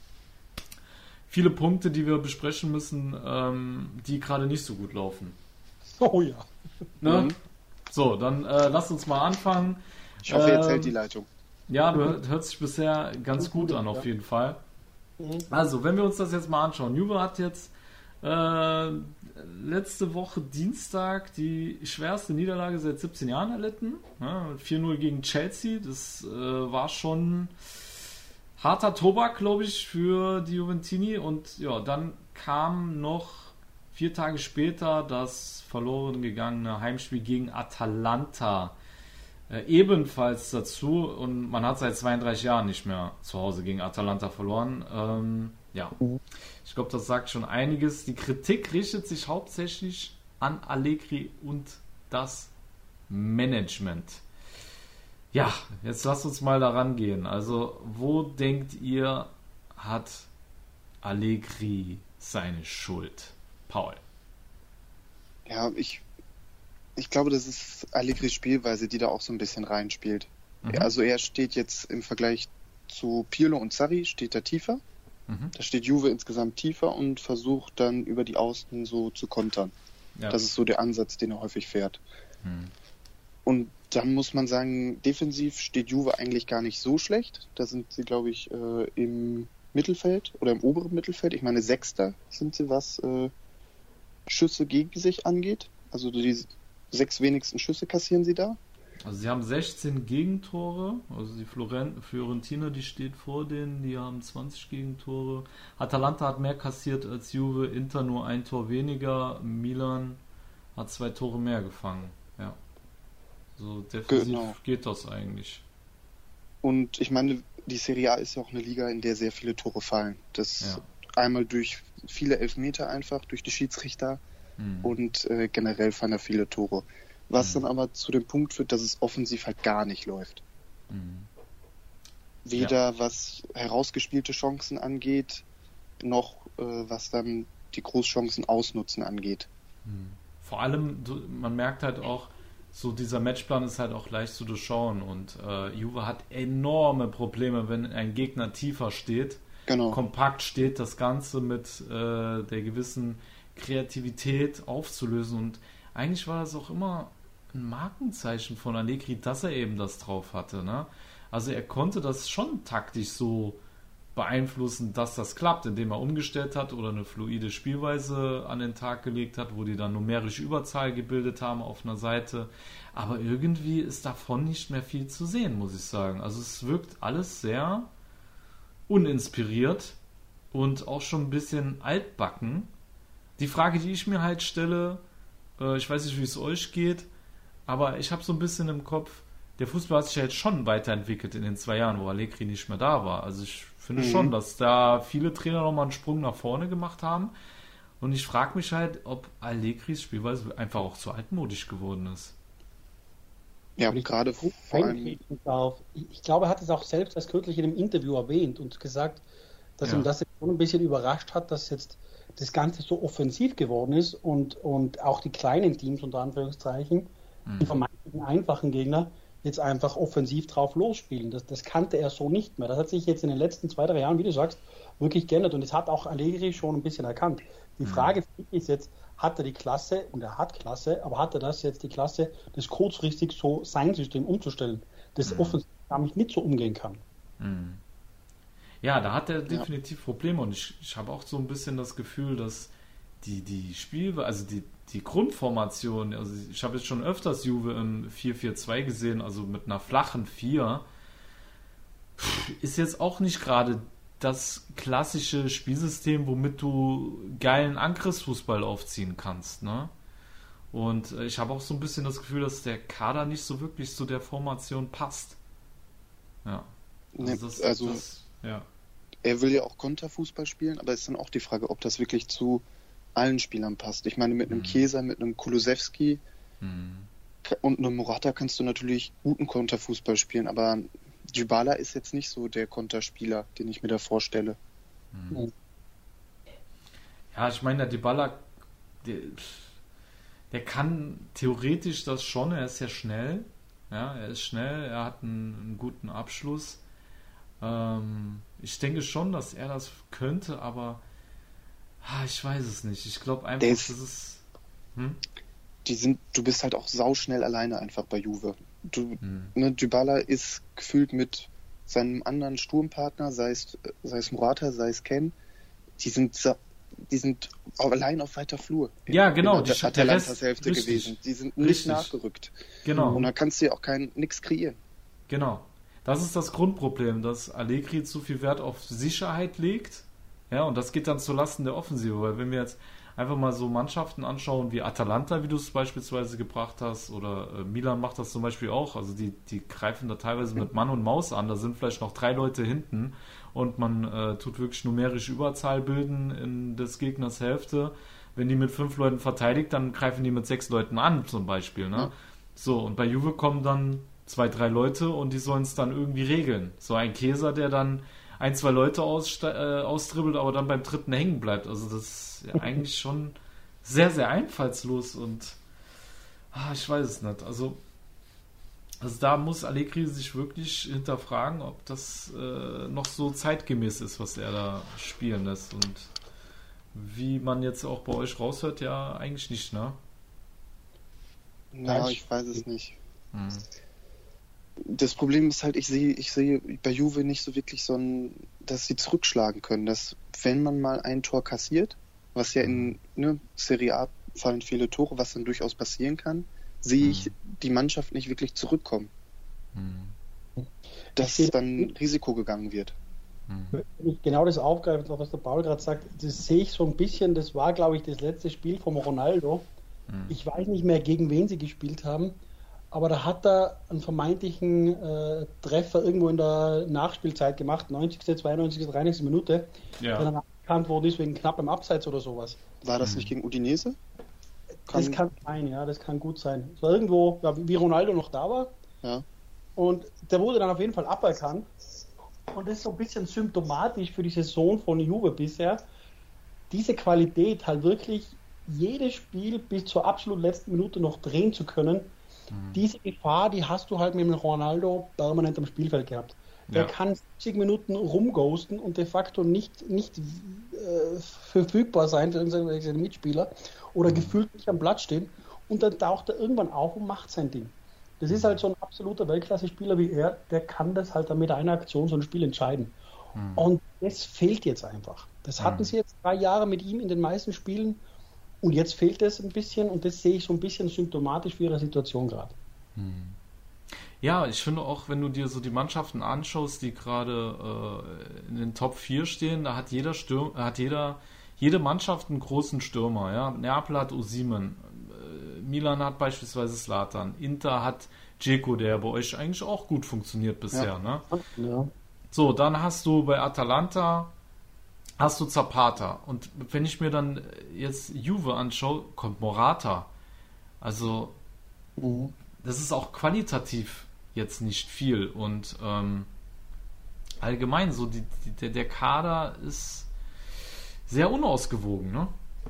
viele Punkte, die wir besprechen müssen, ähm, die gerade nicht so gut laufen. Oh ja. Ne? Mhm. So, dann äh, lass uns mal anfangen. Ich hoffe, jetzt Ähm, hält die Leitung. Ja, hört, hört sich bisher ganz gut an, auf jeden Fall. Also, wenn wir uns das jetzt mal anschauen. Juve hat jetzt äh, letzte Woche Dienstag die schwerste Niederlage seit siebzehn Jahren erlitten. Ja, vier null gegen Chelsea. Das äh, war schon harter Tobak, glaube ich, für die Juventini. Und ja, dann kam noch vier Tage später das verloren gegangene Heimspiel gegen Atalanta äh, ebenfalls dazu. Und man hat seit zweiunddreißig Jahren nicht mehr zu Hause gegen Atalanta verloren. Ähm, ja, ich glaube, das sagt schon einiges. Die Kritik richtet sich hauptsächlich an Allegri und das Management. Ja, jetzt lasst uns mal daran gehen. Also, wo denkt ihr, hat Allegri seine Schuld? Paul. Ja, ich, ich glaube, das ist Allegris Spielweise, die da auch so ein bisschen reinspielt. Mhm. Also er steht jetzt im Vergleich zu Pirlo und Sarri, steht er tiefer. Mhm. Da steht Juve insgesamt tiefer und versucht dann über die Außen so zu kontern. Ja. Das ist so der Ansatz, den er häufig fährt. Mhm. Und dann muss man sagen, defensiv steht Juve eigentlich gar nicht so schlecht. Da sind sie, glaube ich, äh, im Mittelfeld oder im oberen Mittelfeld. Ich meine, Sechster sind sie, was äh, Schüsse gegen sich angeht. Also die sechs wenigsten Schüsse kassieren sie da. Also sie haben sechzehn Gegentore, also die Floren- Fiorentina, die steht vor denen, die haben zwanzig Gegentore. Atalanta hat mehr kassiert als Juve, Inter nur ein Tor weniger, Milan hat zwei Tore mehr gefangen. Ja. So defensiv Genau. geht das eigentlich. Und ich meine, die Serie A ist ja auch eine Liga, in der sehr viele Tore fallen. Das Ja. einmal durch viele Elfmeter einfach, durch die Schiedsrichter Hm. und äh, generell fallen da viele Tore. Was Mhm. dann aber zu dem Punkt führt, dass es offensiv halt gar nicht läuft. Mhm. Weder was herausgespielte Chancen angeht, noch äh, was dann die Großchancen ausnutzen angeht. Hm. Vor allem, du- man merkt halt auch, so dieser Matchplan ist halt auch leicht zu durchschauen und äh, Juve hat enorme Probleme, wenn ein Gegner tiefer steht. Genau. Kompakt steht, das Ganze mit äh, der gewissen Kreativität aufzulösen. Und eigentlich war das auch immer ein Markenzeichen von Allegri, dass er eben das drauf hatte. Ne? Also er konnte das schon taktisch so beeinflussen, dass das klappt, indem er umgestellt hat oder eine fluide Spielweise an den Tag gelegt hat, wo die dann numerische Überzahl gebildet haben auf einer Seite. Aber irgendwie ist davon nicht mehr viel zu sehen, muss ich sagen. Also es wirkt alles sehr uninspiriert und auch schon ein bisschen altbacken. Die Frage, die ich mir halt stelle, äh, ich weiß nicht, wie es euch geht, aber ich habe so ein bisschen im Kopf, der Fußball hat sich ja jetzt schon weiterentwickelt in den zwei Jahren, wo Allegri nicht mehr da war. Also ich finde Mhm. schon, dass da viele Trainer nochmal einen Sprung nach vorne gemacht haben. Und ich frage mich halt, ob Allegris Spielweise einfach auch zu altmodisch geworden ist. Ja, Wenn ich gerade vor allem. Einkriegen darf. Ich ich glaube, er hat es auch selbst als kürzlich in einem Interview erwähnt und gesagt, dass Ja. ihm das jetzt schon ein bisschen überrascht hat, dass jetzt das Ganze so offensiv geworden ist und, und auch die kleinen Teams, unter Anführungszeichen, Mhm. die vermeintlichen einfachen Gegner, jetzt einfach offensiv drauf losspielen. Das, das kannte er so nicht mehr. Das hat sich jetzt in den letzten zwei, drei Jahren, wie du sagst, wirklich geändert. Und das hat auch Allegri schon ein bisschen erkannt. Die Frage für mich ist jetzt, hat er die Klasse, und er hat Klasse, aber hat er das jetzt die Klasse, das kurzfristig so sein System umzustellen, das Mhm. offensiv damit nicht so umgehen kann? Mhm. Ja, da hat er definitiv Probleme und ich, ich habe auch so ein bisschen das Gefühl, dass die, die Spiel, also die, die Grundformation, also ich habe jetzt schon öfters Juve im vier vier zwei gesehen, also mit einer flachen vier, ist jetzt auch nicht gerade das klassische Spielsystem, womit du geilen Angriffsfußball aufziehen kannst, ne? Und äh, ich habe auch so ein bisschen das Gefühl, dass der Kader nicht so wirklich zu der Formation passt. Ja. Nee, das, also das, ja. er will ja auch Konterfußball spielen, aber ist dann auch die Frage, ob das wirklich zu allen Spielern passt. Ich meine, mit einem Mhm. Chiesa, mit einem Kulusewski Mhm. und einem Morata kannst du natürlich guten Konterfußball spielen, aber Dybala ist jetzt nicht so der Konterspieler, den ich mir da vorstelle. Mhm. Ja, ich meine, der Dybala, der, der kann theoretisch das schon, er ist ja schnell, ja, er ist schnell, er hat einen, einen guten Abschluss. Ähm, ich denke schon, dass er das könnte, aber ah, ich weiß es nicht. Ich glaube einfach, Der ist- das ist... Hm? Die sind, du bist halt auch sauschnell alleine einfach bei Juve. Du, Hm. ne, Dybala ist gefühlt mit seinem anderen Sturmpartner, sei es, sei es Morata, sei es Ken, die sind, sa- die sind auch allein auf weiter Flur. Ja, genau, In die- der der Atalantas Rest- Hälfte richtig. gewesen. Die sind nicht Richtig. nachgerückt. Genau. Und da kannst du ja auch kein nix kreieren. Genau. Das ist das Grundproblem, dass Allegri zu viel Wert auf Sicherheit legt. Ja, und das geht dann zulasten der Offensive, weil wenn wir jetzt einfach mal so Mannschaften anschauen wie Atalanta, wie du es beispielsweise gebracht hast, oder äh, Milan macht das zum Beispiel auch, also die, die greifen da teilweise mit Mann und Maus an, da sind vielleicht noch drei Leute hinten und man äh, tut wirklich numerische Überzahl bilden in des Gegners Hälfte. Wenn die mit fünf Leuten verteidigt, dann greifen die mit sechs Leuten an zum Beispiel. Ne? Ja. So, und bei Juve kommen dann zwei, drei Leute und die sollen es dann irgendwie regeln. So ein Käser, der dann ein, zwei Leute ausste- äh, austribbelt, aber dann beim dritten hängen bleibt. Also das ist ja eigentlich schon sehr, sehr einfallslos und ah, ich weiß es nicht. Also, also da muss Allegri sich wirklich hinterfragen, ob das äh, noch so zeitgemäß ist, was er da spielen lässt. Und wie man jetzt auch bei euch raushört, ja eigentlich nicht, ne? Ja, ich weiß es nicht. Hm. Das Problem ist halt, ich sehe, ich sehe bei Juve nicht so wirklich so ein, dass sie zurückschlagen können. Dass, wenn man mal ein Tor kassiert, was ja in ne, Serie A fallen viele Tore, was dann durchaus passieren kann, sehe ich die Mannschaft nicht wirklich zurückkommen. Hm. Dass dann Risiko gegangen wird. Wenn ich genau das aufgreife, was der Paul gerade sagt, das sehe ich so ein bisschen, das war, glaube ich, das letzte Spiel vom Ronaldo. Hm. Ich weiß nicht mehr, gegen wen sie gespielt haben, aber da hat er einen vermeintlichen äh, Treffer irgendwo in der Nachspielzeit gemacht, neunzigste, zweiundneunzigste, dreißigste Minute, Ja. der dann anerkannt worden ist wegen knappem Abseits oder sowas. War das nicht gegen Udinese? Das kann sein, ja, das kann gut sein. Es war irgendwo, ja, wie Ronaldo noch da war. Ja. Und der wurde dann auf jeden Fall aberkannt. Und das ist so ein bisschen symptomatisch für die Saison von Juve bisher. Diese Qualität, halt wirklich jedes Spiel bis zur absolut letzten Minute noch drehen zu können, Mhm. diese Gefahr, die hast du halt mit dem Ronaldo permanent am Spielfeld gehabt. Der Ja. kann siebzig Minuten rumghosten und de facto nicht, nicht äh, verfügbar sein für irgendwelche Mitspieler oder Mhm. gefühlt nicht am Platz stehen. Und dann taucht er irgendwann auf und macht sein Ding. Das ist halt so ein absoluter Weltklasse-Spieler wie er, der kann das halt dann mit einer Aktion so ein Spiel entscheiden. Mhm. Und das fehlt jetzt einfach. Das hatten Mhm. sie jetzt drei Jahre mit ihm in den meisten Spielen und jetzt fehlt es ein bisschen und das sehe ich so ein bisschen symptomatisch für ihre Situation gerade. Ja, ich finde auch, wenn du dir so die Mannschaften anschaust, die gerade äh, in den Top vier stehen, da hat jeder Stürm, hat jeder, jede Mannschaft einen großen Stürmer. Ja? Neapel hat Osimhen, äh, Milan hat beispielsweise Zlatan, Inter hat Dzeko, der bei euch eigentlich auch gut funktioniert bisher. Ja. Ne? Ja. So, dann hast du bei Atalanta hast du Zapata. Und wenn ich mir dann jetzt Juve anschaue, kommt Morata. Also das ist auch qualitativ jetzt nicht viel. Und ähm, allgemein so, die, die, der, der Kader ist sehr unausgewogen, ne?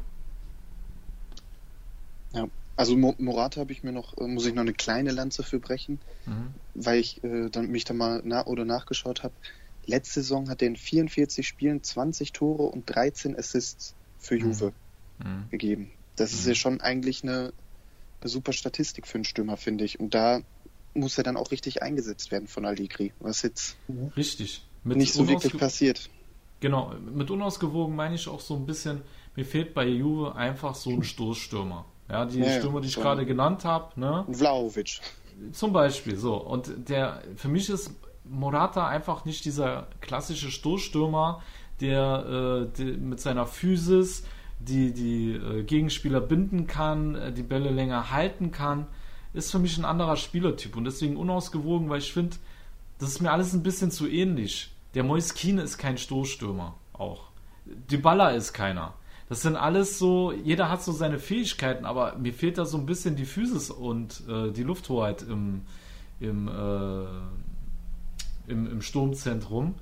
Ja, also Mo- Morata habe ich mir noch, äh, muss ich noch eine kleine Lanze für brechen, mhm. weil ich äh, dann, mich da mal na- oder nachgeschaut habe. Letzte Saison hat er in vierundvierzig Spielen zwanzig Tore und dreizehn Assists für Juve mhm. gegeben. Das mhm. ist ja schon eigentlich eine, eine super Statistik für einen Stürmer, finde ich. Und da muss er dann auch richtig eingesetzt werden von Allegri, was jetzt richtig. Mit nicht so wirklich passiert. Genau, mit unausgewogen meine ich auch so ein bisschen, mir fehlt bei Juve einfach so ein Stoßstürmer. Ja, die ja, Stürmer, die ich so gerade genannt habe. Ne? Vlahovic. Zum Beispiel, so. Und der, für mich ist Morata einfach nicht dieser klassische Stoßstürmer, der, äh, der mit seiner Physis die, die äh, Gegenspieler binden kann, äh, die Bälle länger halten kann. Ist für mich ein anderer Spielertyp und deswegen unausgewogen, weil ich finde, das ist mir alles ein bisschen zu ähnlich. Der Moise Kean ist kein Stoßstürmer, auch. Dybala ist keiner. Das sind alles so, jeder hat so seine Fähigkeiten, aber mir fehlt da so ein bisschen die Physis und äh, die Lufthoheit im, im, äh, im, im Sturmzentrum.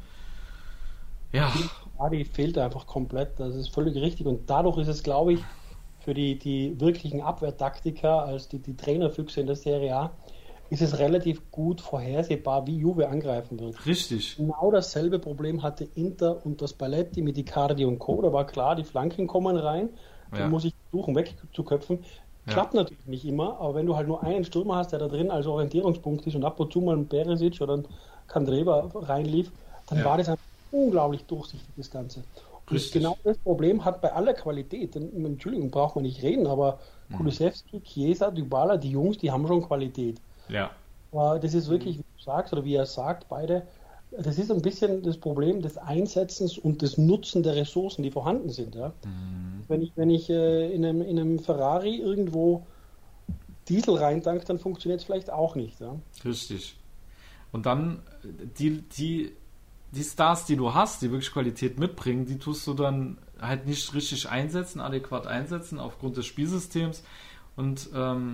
Ja. Die fehlt einfach komplett, das ist völlig richtig und dadurch ist es, glaube ich, für die, die wirklichen Abwehrtaktiker, als die, die Trainerfüchse in der Serie A, ist es relativ gut vorhersehbar, wie Juve angreifen wird. Richtig. Genau dasselbe Problem hatte Inter und das Spalletti mit Icardi und Co. Da war klar, die Flanken kommen rein, ja. dann muss ich versuchen wegzuköpfen. Ja. Klappt natürlich nicht immer, aber wenn du halt nur einen Stürmer hast, der da drin als Orientierungspunkt ist und ab und zu mal ein Perisic oder ein Kandreva reinlief, dann ja. war das ein unglaublich durchsichtig, das Ganze. Und genau das Problem hat bei aller Qualität, denn, Entschuldigung, braucht man nicht reden, aber mhm. Kulusevski, Chiesa, Dybala, die Jungs, die haben schon Qualität. Ja. Aber das ist wirklich, wie du sagst, oder wie er sagt, beide, das ist ein bisschen das Problem des Einsetzens und des Nutzen der Ressourcen, die vorhanden sind. Ja? Mhm. Wenn ich, wenn ich äh, in, einem, in einem Ferrari irgendwo Diesel reintank, dann funktioniert es vielleicht auch nicht. Ja? Richtig. Und dann die, die die Stars, die du hast, die wirklich Qualität mitbringen, die tust du dann halt nicht richtig einsetzen, adäquat einsetzen aufgrund des Spielsystems. Und ähm,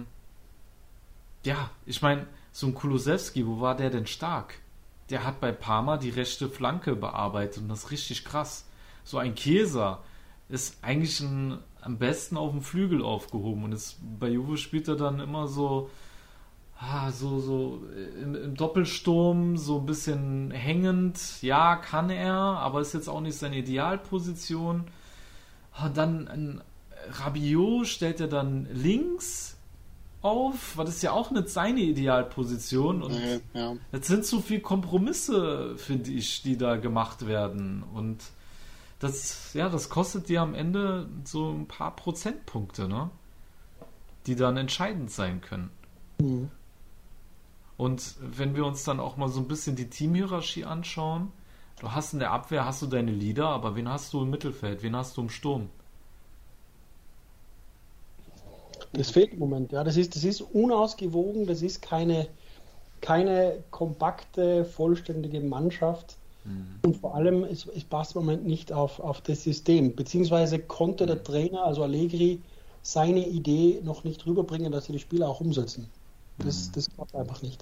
ja, ich meine, so ein Kulusevski, wo war der denn stark? Der hat bei Parma die rechte Flanke bearbeitet und das ist richtig krass. So ein Chiesa ist eigentlich ein, am besten auf dem Flügel aufgehoben und ist, bei Juve spielt er dann immer so Ah, so, so im, im Doppelsturm, so ein bisschen hängend. Ja, kann er, aber ist jetzt auch nicht seine Idealposition. Ah, dann ein Rabiot stellt er dann links auf, weil das ist ja auch nicht seine Idealposition. Und ja, ja. jetzt sind so viele Kompromisse, finde ich, die da gemacht werden. Und das, ja, das kostet dir am Ende so ein paar Prozentpunkte, ne? Die dann entscheidend sein können. Mhm. Und wenn wir uns dann auch mal so ein bisschen die Teamhierarchie anschauen, du hast in der Abwehr hast du deine Leader, aber wen hast du im Mittelfeld? Wen hast du im Sturm? Das fehlt im Moment, ja. Das ist, das ist unausgewogen, das ist keine, keine kompakte, vollständige Mannschaft. Mhm. Und vor allem, es, es passt im Moment nicht auf, auf das System. Beziehungsweise konnte der Trainer, also Allegri, seine Idee noch nicht rüberbringen, dass sie die Spieler auch umsetzen. Das, das klappt einfach nicht.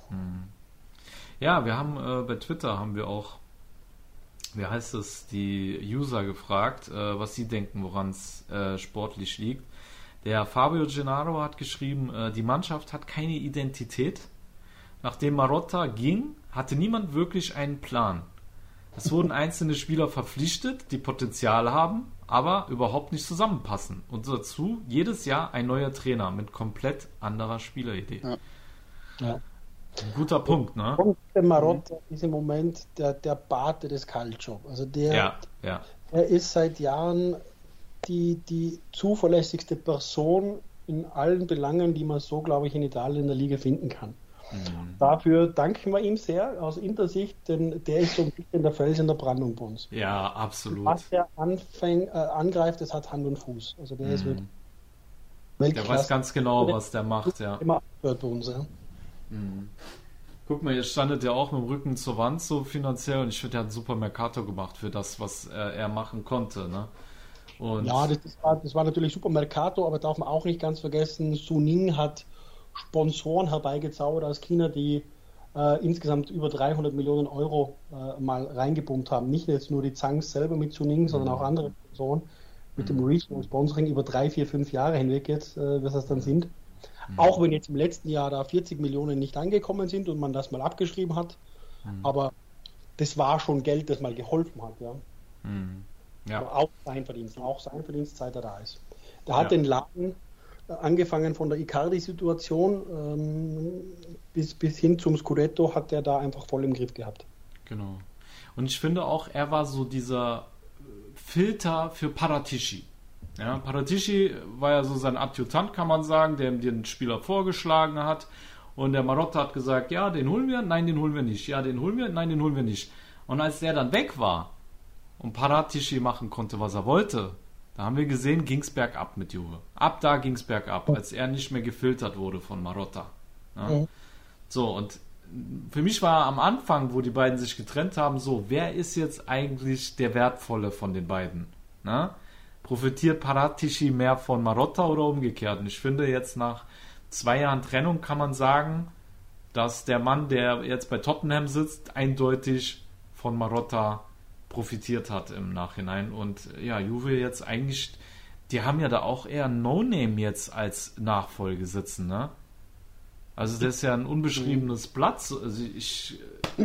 Ja, wir haben äh, bei Twitter haben wir auch, wie heißt es, die User gefragt, äh, was sie denken, woran es äh, sportlich liegt. Der Fabio Gennaro hat geschrieben, äh, die Mannschaft hat keine Identität. Nachdem Marotta ging, hatte niemand wirklich einen Plan. Es wurden einzelne Spieler verpflichtet, die Potenzial haben, aber überhaupt nicht zusammenpassen. Und dazu jedes Jahr ein neuer Trainer mit komplett anderer Spieleridee. Ja. Ja. Ein guter Punkt, ne? Und der Marotta ist im Moment der, der Pate des Calcio. Also der, ja, ja. er ist seit Jahren die, die zuverlässigste Person in allen Belangen, die man so, glaube ich, in Italien in der Liga finden kann. Mhm. Dafür danken wir ihm sehr aus Intersicht, denn der ist so ein bisschen der Fels in der Brandung bei uns. Ja, absolut. Was der anfäng, äh, angreift, das hat Hand und Fuß. Also der mhm. ist wirklich Weltklasse. Der weiß ganz genau, was der macht, ja. Immer abgehört bei uns, ja. Mhm. Guck mal, ihr standet ja auch mit dem Rücken zur Wand so finanziell und ich finde, er hat einen super Mercato gemacht für das, was er, er machen konnte, ne? Und ja, das, das, war, das war natürlich super Mercato, aber darf man auch nicht ganz vergessen, Suning hat Sponsoren herbeigezaubert aus China, die äh, insgesamt über dreihundert Millionen Euro äh, mal reingepumpt haben. Nicht jetzt nur die Zangs selber mit Suning, mhm. sondern auch andere Personen mit dem Regional Sponsoring über drei, vier, fünf Jahre hinweg jetzt, äh, was das dann sind. Mhm. Auch wenn jetzt im letzten Jahr da vierzig Millionen nicht angekommen sind und man das mal abgeschrieben hat. Mhm. Aber das war schon Geld, das mal geholfen hat. Ja. Mhm. Ja. Aber auch sein Verdienst, auch sein Verdienst, seit er da ist. Der hat ja. den Laden äh, angefangen von der Icardi-Situation ähm, bis, bis hin zum Scudetto hat er da einfach voll im Griff gehabt. Genau. Und ich finde auch, er war so dieser Filter für Paratici. Ja, Paratici war ja so sein Adjutant, kann man sagen, der ihm den Spieler vorgeschlagen hat. Und der Marotta hat gesagt, ja, den holen wir, nein, den holen wir nicht. Ja, den holen wir, nein, den holen wir nicht. Und als der dann weg war und Paratici machen konnte, was er wollte, da haben wir gesehen, ging es bergab mit Juve. Ab da ging es bergab, als er nicht mehr gefiltert wurde von Marotta. Ja? Mhm. So, und für mich war am Anfang, wo die beiden sich getrennt haben, so, wer ist jetzt eigentlich der Wertvolle von den beiden? Na? Profitiert Paratici mehr von Marotta oder umgekehrt? Und ich finde, jetzt nach zwei Jahren Trennung kann man sagen, dass der Mann, der jetzt bei Tottenham sitzt, eindeutig von Marotta profitiert hat im Nachhinein. Und ja, Juve jetzt eigentlich, die haben ja da auch eher No-Name jetzt als Nachfolge sitzen, ne? Also das ist ja ein unbeschriebenes Blatt. Also ich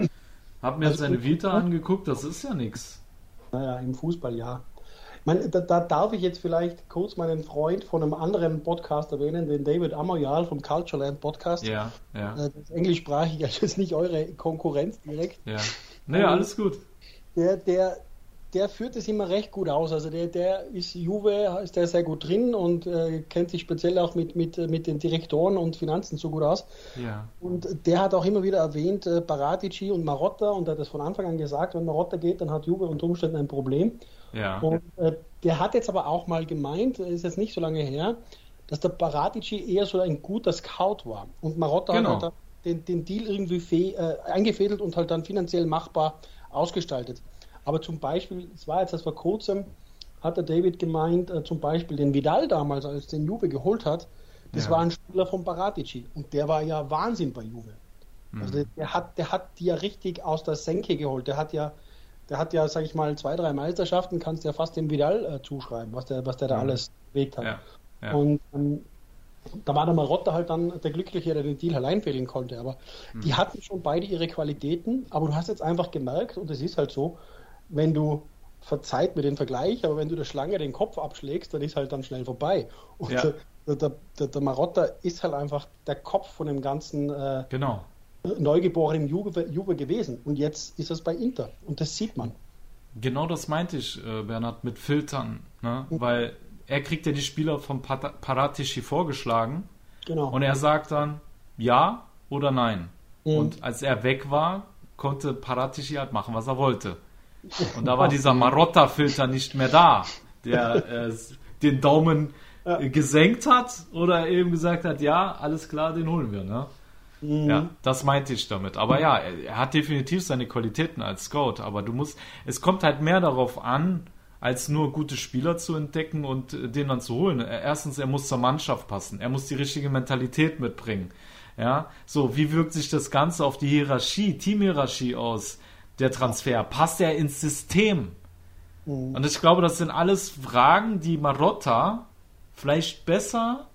habe mir jetzt seine Vita angeguckt, das ist ja nichts. Naja, im Fußball ja. Ich meine, da, da darf ich jetzt vielleicht kurz meinen Freund von einem anderen Podcast erwähnen, den David Amoyal vom Culture Land Podcast. Ja, ja. Das ist englischsprachig, also ist nicht eure Konkurrenz direkt. Ja, naja, alles gut. Der, der, der führt es immer recht gut aus. Also der, der ist Juve, ist der sehr gut drin und äh, kennt sich speziell auch mit, mit, mit den Direktoren und Finanzen so gut aus. Ja. Und der hat auch immer wieder erwähnt, äh, Paratici und Marotta, und er hat das von Anfang an gesagt, wenn Marotta geht, dann hat Juve unter Umständen ein Problem. Ja. Und äh, der hat jetzt aber auch mal gemeint, ist jetzt nicht so lange her, dass der Paratici eher so ein guter Scout war. Und Marotta genau. hat halt den, den Deal irgendwie fe- äh, eingefädelt und halt dann finanziell machbar ausgestaltet. Aber zum Beispiel, es war jetzt erst vor kurzem, hat der David gemeint, äh, zum Beispiel den Vidal damals, als den Juve geholt hat, das ja. war ein Spieler von Paratici. Und der war ja Wahnsinn bei Juve. Mhm. Also der, der, hat, der hat die ja richtig aus der Senke geholt. Der hat ja, der hat ja, sag ich mal, zwei, drei Meisterschaften, kannst du ja fast dem Vidal äh, zuschreiben, was der, was der da mhm. alles bewegt hat. Ja. Ja. Und ähm, da war der Marotta halt dann der Glückliche, der den Deal allein fehlen konnte. Aber mhm. die hatten schon beide ihre Qualitäten, aber du hast jetzt einfach gemerkt, und es ist halt so, wenn du, verzeiht mir den Vergleich, aber wenn du der Schlange den Kopf abschlägst, dann ist halt dann schnell vorbei. Und ja. der, der, der, der Marotta ist halt einfach der Kopf von dem ganzen äh, genau. neugeborenen Juve, Juve gewesen. Und jetzt ist es bei Inter. Und das sieht man. Genau das meinte ich, äh, Bernhard, mit Filtern. Ne? Mhm. Weil er kriegt ja die Spieler von Pat- Paratici vorgeschlagen. Genau. Und er sagt dann ja oder nein. Mhm. Und als er weg war, konnte Paratici halt machen, was er wollte. Und da war dieser Marotta-Filter nicht mehr da, der äh, den Daumen ja. äh, gesenkt hat oder eben gesagt hat, ja, alles klar, den holen wir. Ne? Mhm. Ja, das meinte ich damit. Aber ja, er, er hat definitiv seine Qualitäten als Scout, aber du musst, es kommt halt mehr darauf an, als nur gute Spieler zu entdecken und äh, den dann zu holen. Erstens, er muss zur Mannschaft passen, er muss die richtige Mentalität mitbringen. Ja, so, wie wirkt sich das Ganze auf die Hierarchie, Teamhierarchie aus? Der Transfer, passt er ins System? Mhm. Und ich glaube, das sind alles Fragen, die Marotta vielleicht besser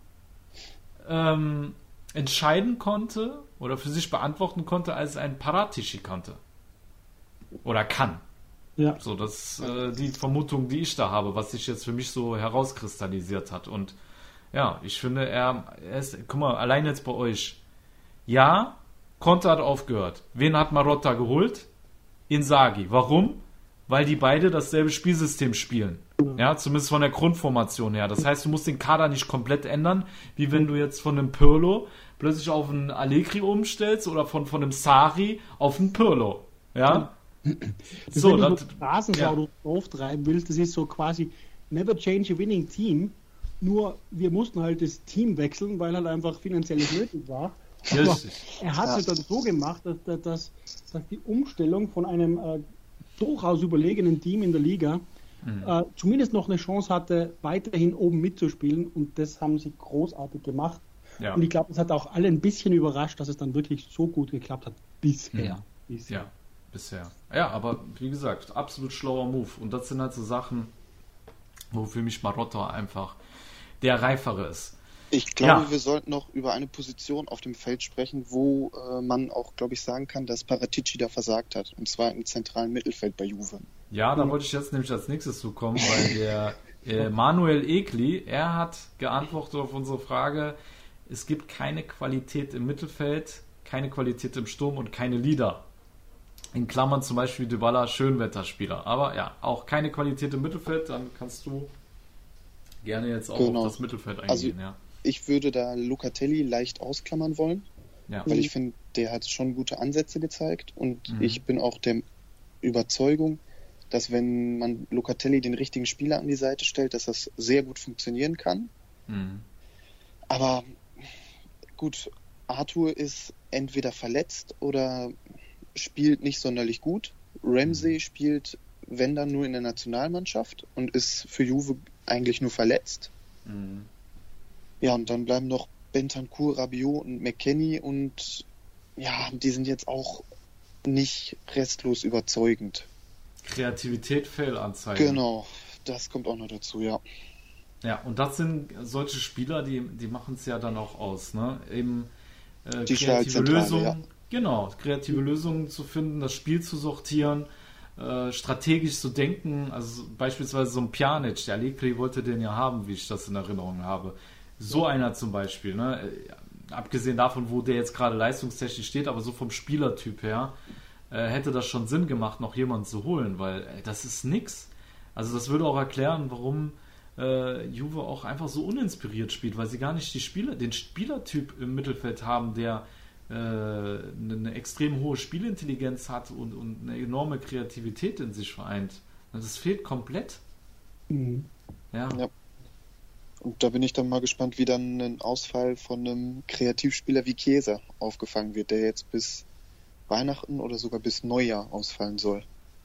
ähm, entscheiden konnte oder für sich beantworten konnte, als ein Paratici konnte. Oder kann. Ja. So, das ist äh, die Vermutung, die ich da habe, was sich jetzt für mich so herauskristallisiert hat. Und ja, ich finde, er, er ist, guck mal, allein jetzt bei euch. Ja, Conte hat aufgehört. Wen hat Marotta geholt? Inzaghi. Warum? Weil die beide dasselbe Spielsystem spielen. Ja, zumindest von der Grundformation her. Das heißt, du musst den Kader nicht komplett ändern, wie wenn du jetzt von einem Pirlo plötzlich auf einen Allegri umstellst oder von, von einem Sarri auf einen Pirlo. Ja? Das so, wenn dann, du Straßensau ja. auftreiben willst, das ist so quasi never change a winning team. Nur wir mussten halt das Team wechseln, weil halt einfach finanzielles nötig war. Aber er hat es ja. dann so gemacht, dass, dass, dass die Umstellung von einem äh, durchaus überlegenen Team in der Liga mhm. äh, zumindest noch eine Chance hatte, weiterhin oben mitzuspielen, und das haben sie großartig gemacht. Ja. Und ich glaube, es hat auch alle ein bisschen überrascht, dass es dann wirklich so gut geklappt hat. Bisher. Mhm. Bisher. Ja, bisher. Ja, aber wie gesagt, absolut schlauer Move. Und das sind halt so Sachen, wo für mich Marotta einfach der Reifere ist. Ich glaube, Ja. wir sollten noch über eine Position auf dem Feld sprechen, wo äh, man auch, glaube ich, sagen kann, dass Paratici da versagt hat. Und zwar im zentralen Mittelfeld bei Juve. Ja, da wollte ich jetzt nämlich als nächstes zu kommen, weil der äh, Manuel Egli, er hat geantwortet auf unsere Frage, es gibt keine Qualität im Mittelfeld, keine Qualität im Sturm und keine Leader. In Klammern zum Beispiel Dybala, Schönwetterspieler. Aber ja, auch keine Qualität im Mittelfeld, dann kannst du gerne jetzt auch Genau. auf das Mittelfeld eingehen. Also, ja. Ich würde da Locatelli leicht ausklammern wollen, Ja. weil ich finde, der hat schon gute Ansätze gezeigt und Mhm. ich bin auch der Überzeugung, dass wenn man Locatelli den richtigen Spieler an die Seite stellt, dass das sehr gut funktionieren kann. Mhm. Aber gut, Arthur ist entweder verletzt oder spielt nicht sonderlich gut. Ramsey Mhm. spielt, wenn dann, nur in der Nationalmannschaft und ist für Juve eigentlich nur verletzt. Mhm. Ja, und dann bleiben noch Bentancur, Rabiot und McKennie und ja, die sind jetzt auch nicht restlos überzeugend. Kreativität, Fehlanzeige. Genau, das kommt auch noch dazu, ja. Ja, und das sind solche Spieler, die, die machen es ja dann auch aus, ne? Eben äh, Die kreative Stahlzentrale, Lösungen, ja. genau, kreative Lösungen zu finden, das Spiel zu sortieren, äh, strategisch zu denken. Also beispielsweise so ein Pjanic, der Allegri wollte den ja haben, wie ich das in Erinnerung habe. So einer zum Beispiel, ne? Äh, abgesehen davon, wo der jetzt gerade leistungstechnisch steht, aber so vom Spielertyp her, äh, hätte das schon Sinn gemacht, noch jemanden zu holen, weil äh, das ist nix. Also das würde auch erklären, warum äh, Juve auch einfach so uninspiriert spielt, weil sie gar nicht die Spieler, den Spielertyp im Mittelfeld haben, der äh, eine, eine extrem hohe Spielintelligenz hat und, und eine enorme Kreativität in sich vereint. Das fehlt komplett. Mhm. Ja. Ja. Und da bin ich dann mal gespannt, wie dann ein Ausfall von einem Kreativspieler wie Chiesa aufgefangen wird, der jetzt bis Weihnachten oder sogar bis Neujahr ausfallen soll.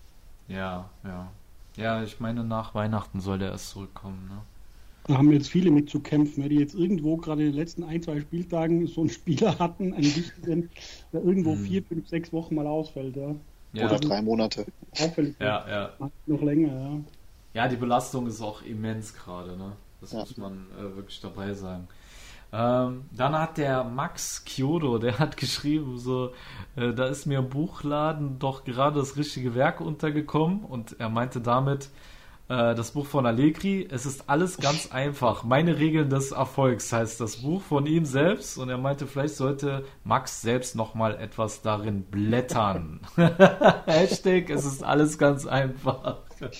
Ja, ja. Ja, ich meine, nach Weihnachten soll der erst zurückkommen, ne? Da haben jetzt viele mit zu kämpfen, die jetzt irgendwo gerade in den letzten ein, zwei Spieltagen so einen Spieler hatten, einen wichtigen, der irgendwo Hm. vier, fünf, sechs Wochen mal ausfällt. Ja. Ja. Oder drei Monate. Auffällig. Ja, ja. Noch länger, ja. Ja, die Belastung ist auch immens gerade, ne? Das Ja. muss man äh, wirklich dabei sagen. Ähm, dann hat der Max Chiodo, der hat geschrieben, so, äh, da ist mir im Buchladen doch gerade das richtige Werk untergekommen und er meinte damit, äh, das Buch von Allegri, es ist alles ganz einfach. Meine Regeln des Erfolgs heißt das Buch von ihm selbst und er meinte, vielleicht sollte Max selbst nochmal etwas darin blättern. Hashtag, es ist alles ganz einfach.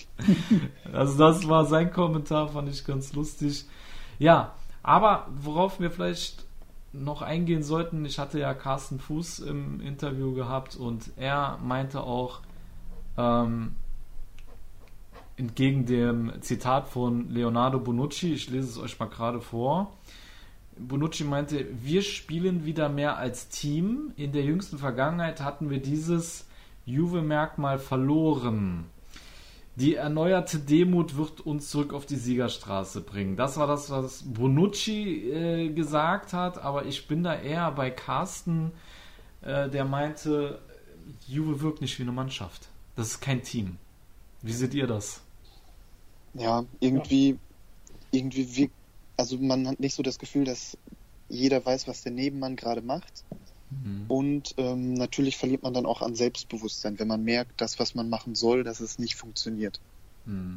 Also das war sein Kommentar, fand ich ganz lustig. Ja, aber worauf wir vielleicht noch eingehen sollten, ich hatte ja Carsten Fuß im Interview gehabt und er meinte auch, ähm, entgegen dem Zitat von Leonardo Bonucci, ich lese es euch mal gerade vor, Bonucci meinte, wir spielen wieder mehr als Team. In der jüngsten Vergangenheit hatten wir dieses Juve-Merkmal verloren. Die erneuerte Demut wird uns zurück auf die Siegerstraße bringen. Das war das, was Bonucci äh, gesagt hat, aber ich bin da eher bei Carsten, äh, der meinte, Juve wirkt nicht wie eine Mannschaft. Das ist kein Team. Wie seht ihr das? Ja, irgendwie, irgendwie wirkt, also man hat nicht so das Gefühl, dass jeder weiß, was der Nebenmann gerade macht. Mhm. Und ähm, natürlich verliert man dann auch an Selbstbewusstsein, wenn man merkt, das, was man machen soll, dass es nicht funktioniert. Mhm.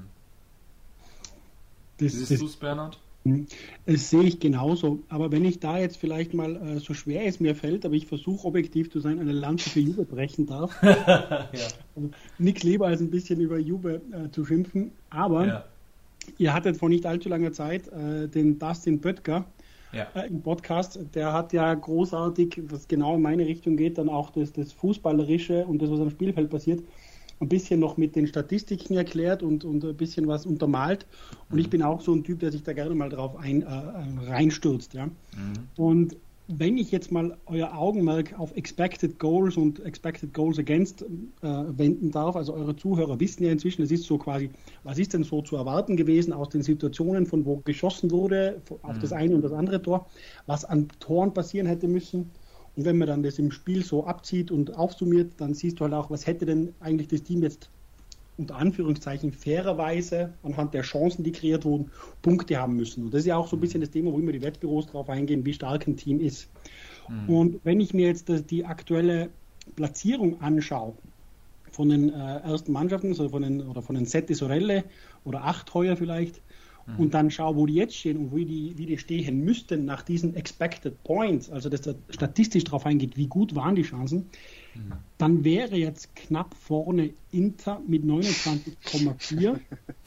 Das, Siehst das, du es, Bernhard? das sehe ich genauso. Aber wenn ich da jetzt vielleicht mal, äh, so schwer es mir fällt, aber ich versuche objektiv zu sein, eine Lanze für Juve brechen darf. Ja. Also, nichts lieber als ein bisschen über Juve äh, zu schimpfen. Aber Ja. ihr hattet vor nicht allzu langer Zeit äh, den Dustin Böttger Ja. äh, im Podcast. Der hat ja großartig, was genau in meine Richtung geht, dann auch das, das Fußballerische und das, was am Spielfeld passiert, ein bisschen noch mit den Statistiken erklärt und, und ein bisschen was untermalt. Und ich bin auch so ein Typ, der sich da gerne mal drauf ein, äh, reinstürzt. Ja? Mhm. Und wenn ich jetzt mal euer Augenmerk auf Expected Goals und Expected Goals Against äh, wenden darf, also eure Zuhörer wissen ja inzwischen, es ist so quasi, was ist denn so zu erwarten gewesen aus den Situationen, von wo geschossen wurde, auf Mhm. das eine und das andere Tor, was an Toren passieren hätte müssen. Und wenn man dann das im Spiel so abzieht und aufsummiert, dann siehst du halt auch, was hätte denn eigentlich das Team jetzt unter Anführungszeichen fairerweise anhand der Chancen, die kreiert wurden, Punkte haben müssen. Und das ist ja auch so ein bisschen das Thema, wo immer die Wettbüros drauf eingehen, wie stark ein Team ist. Mhm. Und wenn ich mir jetzt das, die aktuelle Platzierung anschaue, von den äh, ersten Mannschaften, also von den, oder von den Sette Sorelle oder acht heuer vielleicht, mhm. und dann schaue, wo die jetzt stehen und wie die, wie die stehen müssten nach diesen Expected Points, also dass da statistisch drauf eingeht, wie gut waren die Chancen, mhm. dann wäre jetzt knapp vorne Inter mit neunundzwanzig Komma vier,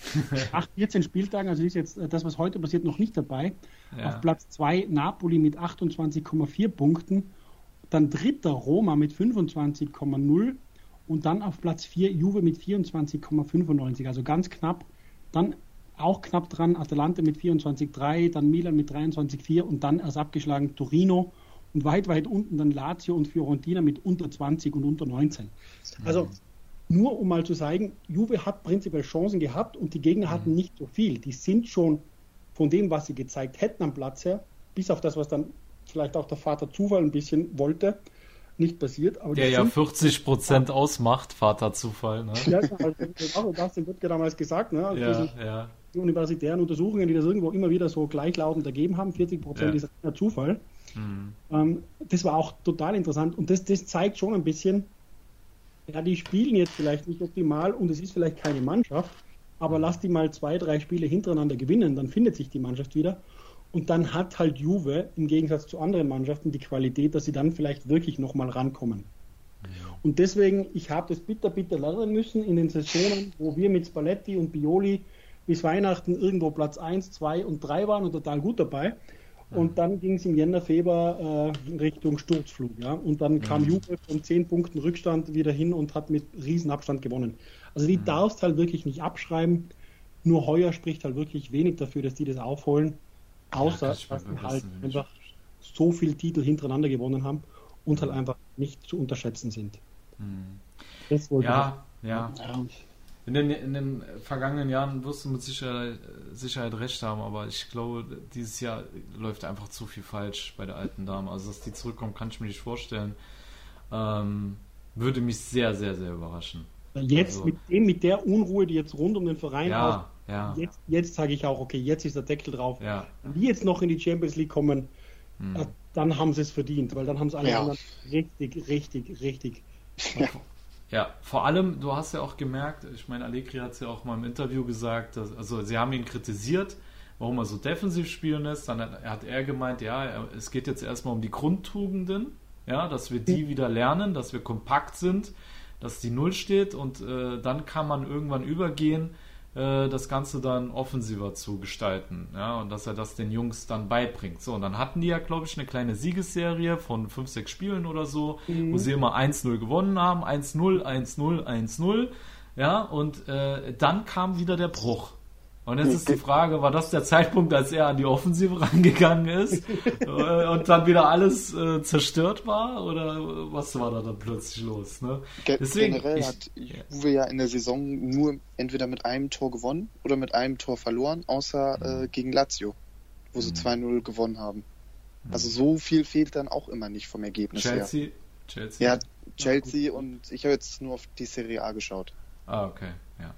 acht, vierzehn Spieltagen, also ist jetzt das, was heute passiert, noch nicht dabei. Ja. Auf Platz zwei Napoli mit achtundzwanzig Komma vier Punkten, dann dritter Roma mit fünfundzwanzig Komma null und dann auf Platz vier Juve mit vierundzwanzig Komma fünfundneunzig, also ganz knapp. Dann auch knapp dran Atalanta mit vierundzwanzig Komma drei, dann Milan mit dreiundzwanzig Komma vier und dann erst abgeschlagen Torino und weit, weit unten dann Lazio und Fiorentina mit unter zwanzig und unter neunzehn. Also mhm. nur um mal zu zeigen, Juve hat prinzipiell Chancen gehabt und die Gegner mhm. hatten nicht so viel. Die sind schon von dem, was sie gezeigt hätten am Platz her, bis auf das, was dann vielleicht auch der Vater Zufall ein bisschen wollte, nicht passiert. Aber der ja vierzig Prozent ausmacht, Vater Zufall. Ne? Ja, also das wird ja damals gesagt. Ne? Also ja, ja. Die universitären Untersuchungen, die das irgendwo immer wieder so gleichlautend ergeben haben, vierzig Prozent ja. ist ein Zufall. Mhm. Ähm, das war auch total interessant und das, das zeigt schon ein bisschen, ja, die spielen jetzt vielleicht nicht optimal und es ist vielleicht keine Mannschaft, aber lass die mal zwei, drei Spiele hintereinander gewinnen, dann findet sich die Mannschaft wieder. Und dann hat halt Juve im Gegensatz zu anderen Mannschaften die Qualität, dass sie dann vielleicht wirklich nochmal rankommen. Ja. Und deswegen, ich habe das bitter, bitter lernen müssen in den Saisonen, wo wir mit Spalletti und Pioli bis Weihnachten irgendwo Platz eins, zwei und drei waren und total gut dabei. Ja. Und dann ging es im Jänner, Februar äh, Richtung Sturzflug. Ja? Und dann kam ja. Juve von zehn Punkten Rückstand wieder hin und hat mit Riesenabstand gewonnen. Also die ja. darfst halt wirklich nicht abschreiben. Nur heuer spricht halt wirklich wenig dafür, dass die das aufholen. Außer, ja, dass sie halt einfach so viele Titel hintereinander gewonnen haben und halt einfach nicht zu unterschätzen sind. Hm. Das ja, ja. ja. In den, in den vergangenen Jahren wirst du mit Sicherheit, Sicherheit recht haben, aber ich glaube, dieses Jahr läuft einfach zu viel falsch bei der alten Dame. Also, dass die zurückkommt, kann ich mir nicht vorstellen. Ähm, würde mich sehr, sehr, sehr überraschen. Jetzt also, mit dem, mit der Unruhe, die jetzt rund um den Verein ja, auf, ja. jetzt, jetzt sage ich auch, okay, jetzt ist der Deckel drauf. Ja. Wenn die jetzt noch in die Champions League kommen, hm. äh, dann haben sie es verdient, weil dann haben es alle ja. anderen richtig, richtig, richtig. Ja. ja, vor allem, du hast ja auch gemerkt, ich meine, Allegri hat es ja auch mal im Interview gesagt, dass, also sie haben ihn kritisiert, warum er so defensiv spielen lässt. Dann hat, hat er gemeint, ja, es geht jetzt erstmal um die Grundtugenden, ja, dass wir die hm. wieder lernen, dass wir kompakt sind, dass die Null steht und äh, dann kann man irgendwann übergehen, äh, das Ganze dann offensiver zu gestalten, ja, und dass er das den Jungs dann beibringt. So, und dann hatten die ja, glaube ich, eine kleine Siegesserie von fünf, sechs Spielen oder so, mhm. wo sie immer eins null gewonnen haben, eins null, eins null, eins null, ja, und äh, dann kam wieder der Bruch. Und jetzt ist die Frage, war das der Zeitpunkt, als er an die Offensive rangegangen ist und dann wieder alles äh, zerstört war? Oder was war da dann plötzlich los? Ne? Deswegen, Generell ich, hat Juve ja in der Saison nur entweder mit einem Tor gewonnen oder mit einem Tor verloren, außer äh, gegen Lazio, wo sie mhm. zwei null gewonnen haben. Also so viel fehlt dann auch immer nicht vom Ergebnis Chelsea, her. Chelsea? Ja, Chelsea und ich habe jetzt nur auf die Serie A geschaut. Ah, okay, ja.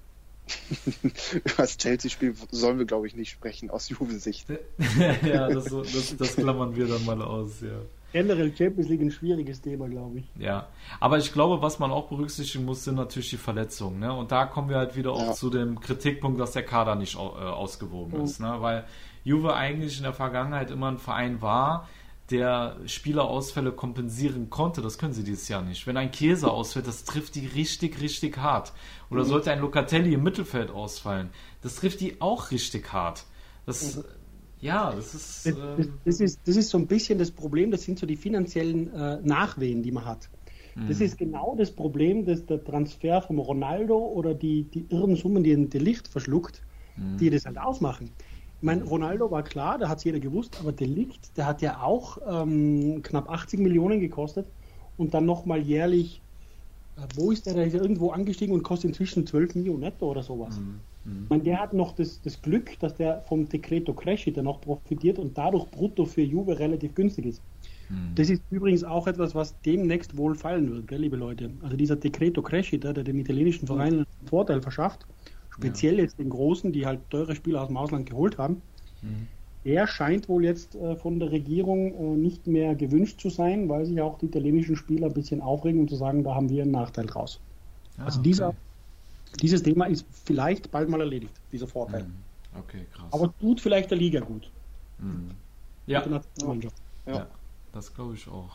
Über das Chelsea-Spiel sollen wir, glaube ich, nicht sprechen, aus Juve-Sicht. ja, das, das, das klammern wir dann mal aus, ja. Generell Champions League ein schwieriges Thema, glaube ich. Ja, aber ich glaube, was man auch berücksichtigen muss, sind natürlich die Verletzungen. Ne? Und da kommen wir halt wieder auch ja. zu dem Kritikpunkt, dass der Kader nicht äh, ausgewogen mhm. ist. Ne? Weil Juve eigentlich in der Vergangenheit immer ein Verein war, der Spielerausfälle kompensieren konnte. Das können sie dieses Jahr nicht. Wenn ein Chiesa ausfällt, das trifft die richtig, richtig hart. Oder mhm. sollte ein Locatelli im Mittelfeld ausfallen, das trifft die auch richtig hart. Das, mhm. ja, das ist, das, das, das ist... Das ist so ein bisschen das Problem, das sind so die finanziellen äh, Nachwehen, die man hat. Mhm. Das ist genau das Problem, dass der Transfer vom Ronaldo oder die, die irren Summen, die De Ligt verschluckt, mhm. die das halt ausmachen. Ich meine, Ronaldo war klar, da hat es jeder gewusst, aber De Ligt, der hat ja auch ähm, knapp achtzig Millionen gekostet und dann nochmal jährlich, äh, wo ist der, der ist ja irgendwo angestiegen und kostet inzwischen zwölf Millionen netto oder sowas. Mhm. Mhm. Ich meine, der hat noch das, das Glück, dass der vom Decreto Crescita noch profitiert und dadurch brutto für Juve relativ günstig ist. Das ist übrigens auch etwas, was demnächst wohl fallen wird, gell, liebe Leute. Also dieser Decreto Crescita, der den italienischen Vereinen einen Vorteil verschafft, speziell ja. jetzt den Großen, die halt teure Spieler aus dem Ausland geholt haben, mhm. der scheint wohl jetzt äh, von der Regierung äh, nicht mehr gewünscht zu sein, weil sich auch die italienischen Spieler ein bisschen aufregen und zu sagen, da haben wir einen Nachteil draus. Ah, also dieser, okay. dieses Thema ist vielleicht bald mal erledigt, dieser Vorteil. Mhm. Okay, krass. Aber tut vielleicht der Liga gut. Mhm. Ja. Ja. ja, das glaube ich auch.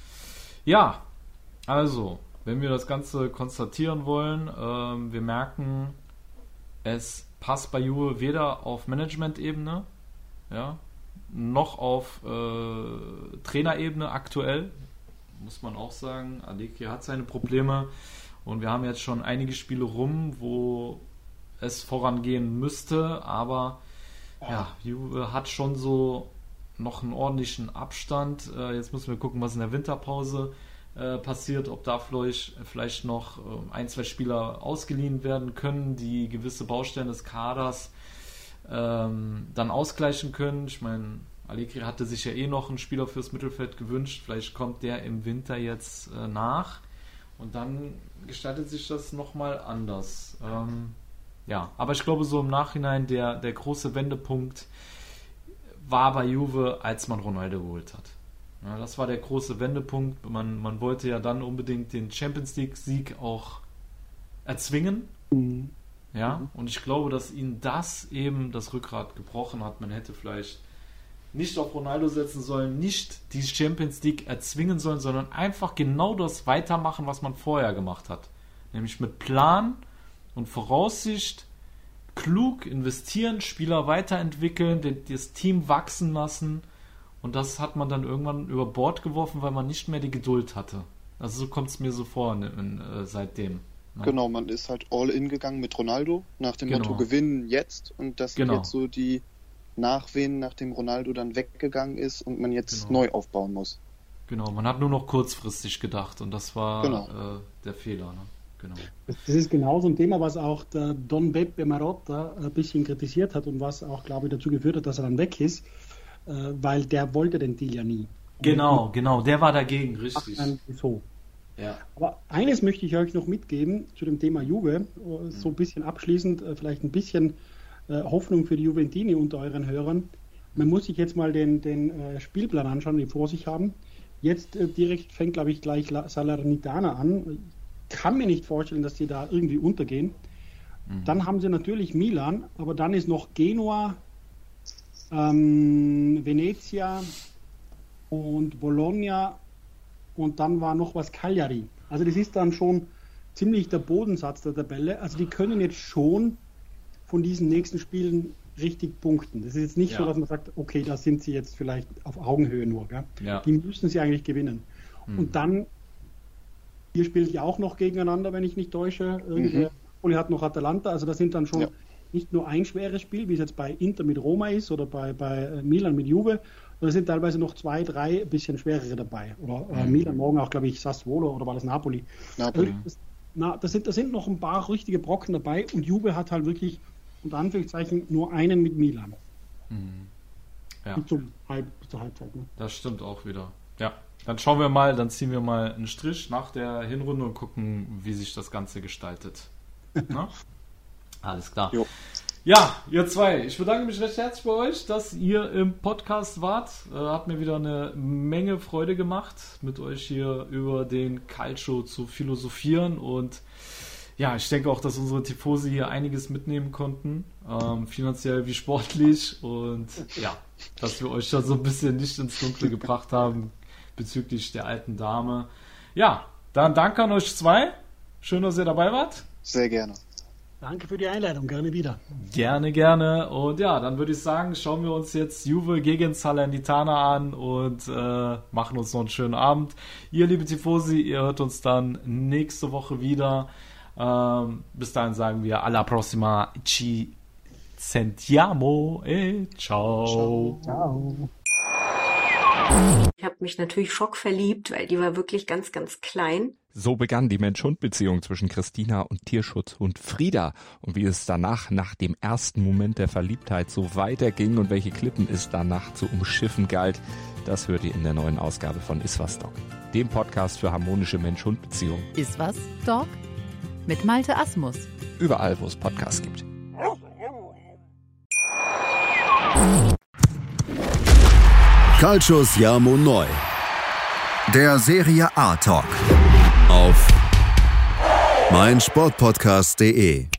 Ja, also, wenn wir das Ganze konstatieren wollen, ähm, wir merken, es passt bei Juve weder auf Management-Ebene, ja, noch auf äh, Trainerebene aktuell, muss man auch sagen. Allegri hat seine Probleme und wir haben jetzt schon einige Spiele rum, wo es vorangehen müsste, aber ja, Juve hat schon so noch einen ordentlichen Abstand. Äh, jetzt müssen wir gucken, was in der Winterpause äh, passiert, ob da vielleicht, vielleicht noch äh, ein, zwei Spieler ausgeliehen werden können, die gewisse Baustellen des Kaders ähm, dann ausgleichen können. Ich meine, Allegri hatte sich ja eh noch einen Spieler fürs Mittelfeld gewünscht. Vielleicht kommt der im Winter jetzt äh, nach und dann gestaltet sich das nochmal anders. Ähm, ja, aber ich glaube so im Nachhinein der, der große Wendepunkt war bei Juve, als man Ronaldo geholt hat. Ja, das war der große Wendepunkt. Man, man wollte ja dann unbedingt den Champions League-Sieg auch erzwingen. Mhm. Ja, mhm. Und ich glaube, dass ihnen das eben das Rückgrat gebrochen hat. Man hätte vielleicht nicht auf Ronaldo setzen sollen, nicht die Champions League erzwingen sollen, sondern einfach genau das weitermachen, was man vorher gemacht hat. Nämlich mit Plan und Voraussicht, klug investieren, Spieler weiterentwickeln, das Team wachsen lassen und das hat man dann irgendwann über Bord geworfen, weil man nicht mehr die Geduld hatte. Also so kommt es mir so vor in, in, äh, seitdem. Ne? Genau, man ist halt all in gegangen mit Ronaldo, nach dem genau. Motto gewinnen jetzt und das sind genau. jetzt so die Nachwehen, nachdem Ronaldo dann weggegangen ist und man jetzt genau. neu aufbauen muss. Genau, man hat nur noch kurzfristig gedacht und das war genau. äh, der Fehler, ne? Genau. Das ist genau so ein Thema, was auch der Don Beppe Marotta ein bisschen kritisiert hat und was auch, glaube ich, dazu geführt hat, dass er dann weg ist, weil der wollte den Deal ja nie. Genau, genau, der war dagegen, richtig. So. Ja. Aber eines möchte ich euch noch mitgeben zu dem Thema Juve, so ein bisschen abschließend, vielleicht ein bisschen Hoffnung für die Juventini unter euren Hörern. Man muss sich jetzt mal den, den Spielplan anschauen, den wir vor sich haben. Jetzt direkt fängt, glaube ich, gleich Salernitana an. Kann mir nicht vorstellen, dass die da irgendwie untergehen. Mhm. Dann haben sie natürlich Milan, aber dann ist noch Genua, ähm, Venezia und Bologna und dann war noch was Cagliari. Also das ist dann schon ziemlich der Bodensatz der Tabelle. Also die können jetzt schon von diesen nächsten Spielen richtig punkten. Das ist jetzt nicht ja. so, dass man sagt, okay, da sind sie jetzt vielleicht auf Augenhöhe nur. Gell? Ja. Die müssen sie eigentlich gewinnen. Mhm. Und dann Ihr spielt ja auch noch gegeneinander, wenn ich nicht täusche. Irgendwie mhm. hat noch Atalanta. Also das sind dann schon ja. nicht nur ein schweres Spiel, wie es jetzt bei Inter mit Roma ist oder bei, bei Milan mit Juve. Da sind teilweise noch zwei, drei bisschen schwerere dabei. Oder mhm. äh, Milan morgen auch, glaube ich, Sassuolo oder war das Napoli. Napoli. Also das, na, das sind, da sind noch ein paar richtige Brocken dabei und Juve hat halt wirklich unter Anführungszeichen nur einen mit Milan. Mhm. Ja. Bis, zum Halb, bis zur Halbzeit. Ne? Das stimmt auch wieder. Ja. Dann schauen wir mal, dann ziehen wir mal einen Strich nach der Hinrunde und gucken, wie sich das Ganze gestaltet. Na? Alles klar. Jo. Ja, ihr zwei, ich bedanke mich recht herzlich bei euch, dass ihr im Podcast wart. Äh, hat mir wieder eine Menge Freude gemacht, mit euch hier über den Calcio zu philosophieren und ja, ich denke auch, dass unsere Tifosi hier einiges mitnehmen konnten, ähm, finanziell wie sportlich und ja, dass wir euch da so ein bisschen Licht ins Dunkle gebracht haben bezüglich der alten Dame. Ja, dann danke an euch zwei. Schön, dass ihr dabei wart. Sehr gerne. Danke für die Einladung. Gerne wieder. Gerne, gerne. Und ja, dann würde ich sagen, schauen wir uns jetzt Juve gegen Salernitana an und äh, machen uns noch einen schönen Abend. Ihr, liebe Tifosi, ihr hört uns dann nächste Woche wieder. Ähm, bis dahin sagen wir alla prossima. Ci sentiamo e ciao. Ciao. Ich habe mich natürlich schockverliebt, weil die war wirklich ganz, ganz klein. So begann die Mensch-Hund-Beziehung zwischen Christina und Tierschutzhund Frieda. Und wie es danach, nach dem ersten Moment der Verliebtheit, so weiterging und welche Klippen es danach zu umschiffen galt, das hört ihr in der neuen Ausgabe von Iswas Dog, dem Podcast für harmonische Mensch-Hund-Beziehungen. Iswas Dog mit Malte Asmus. Überall, wo es Podcasts gibt. Calcius Jamo Neu. Der Serie A Talk. Auf meinsportpodcast punkt de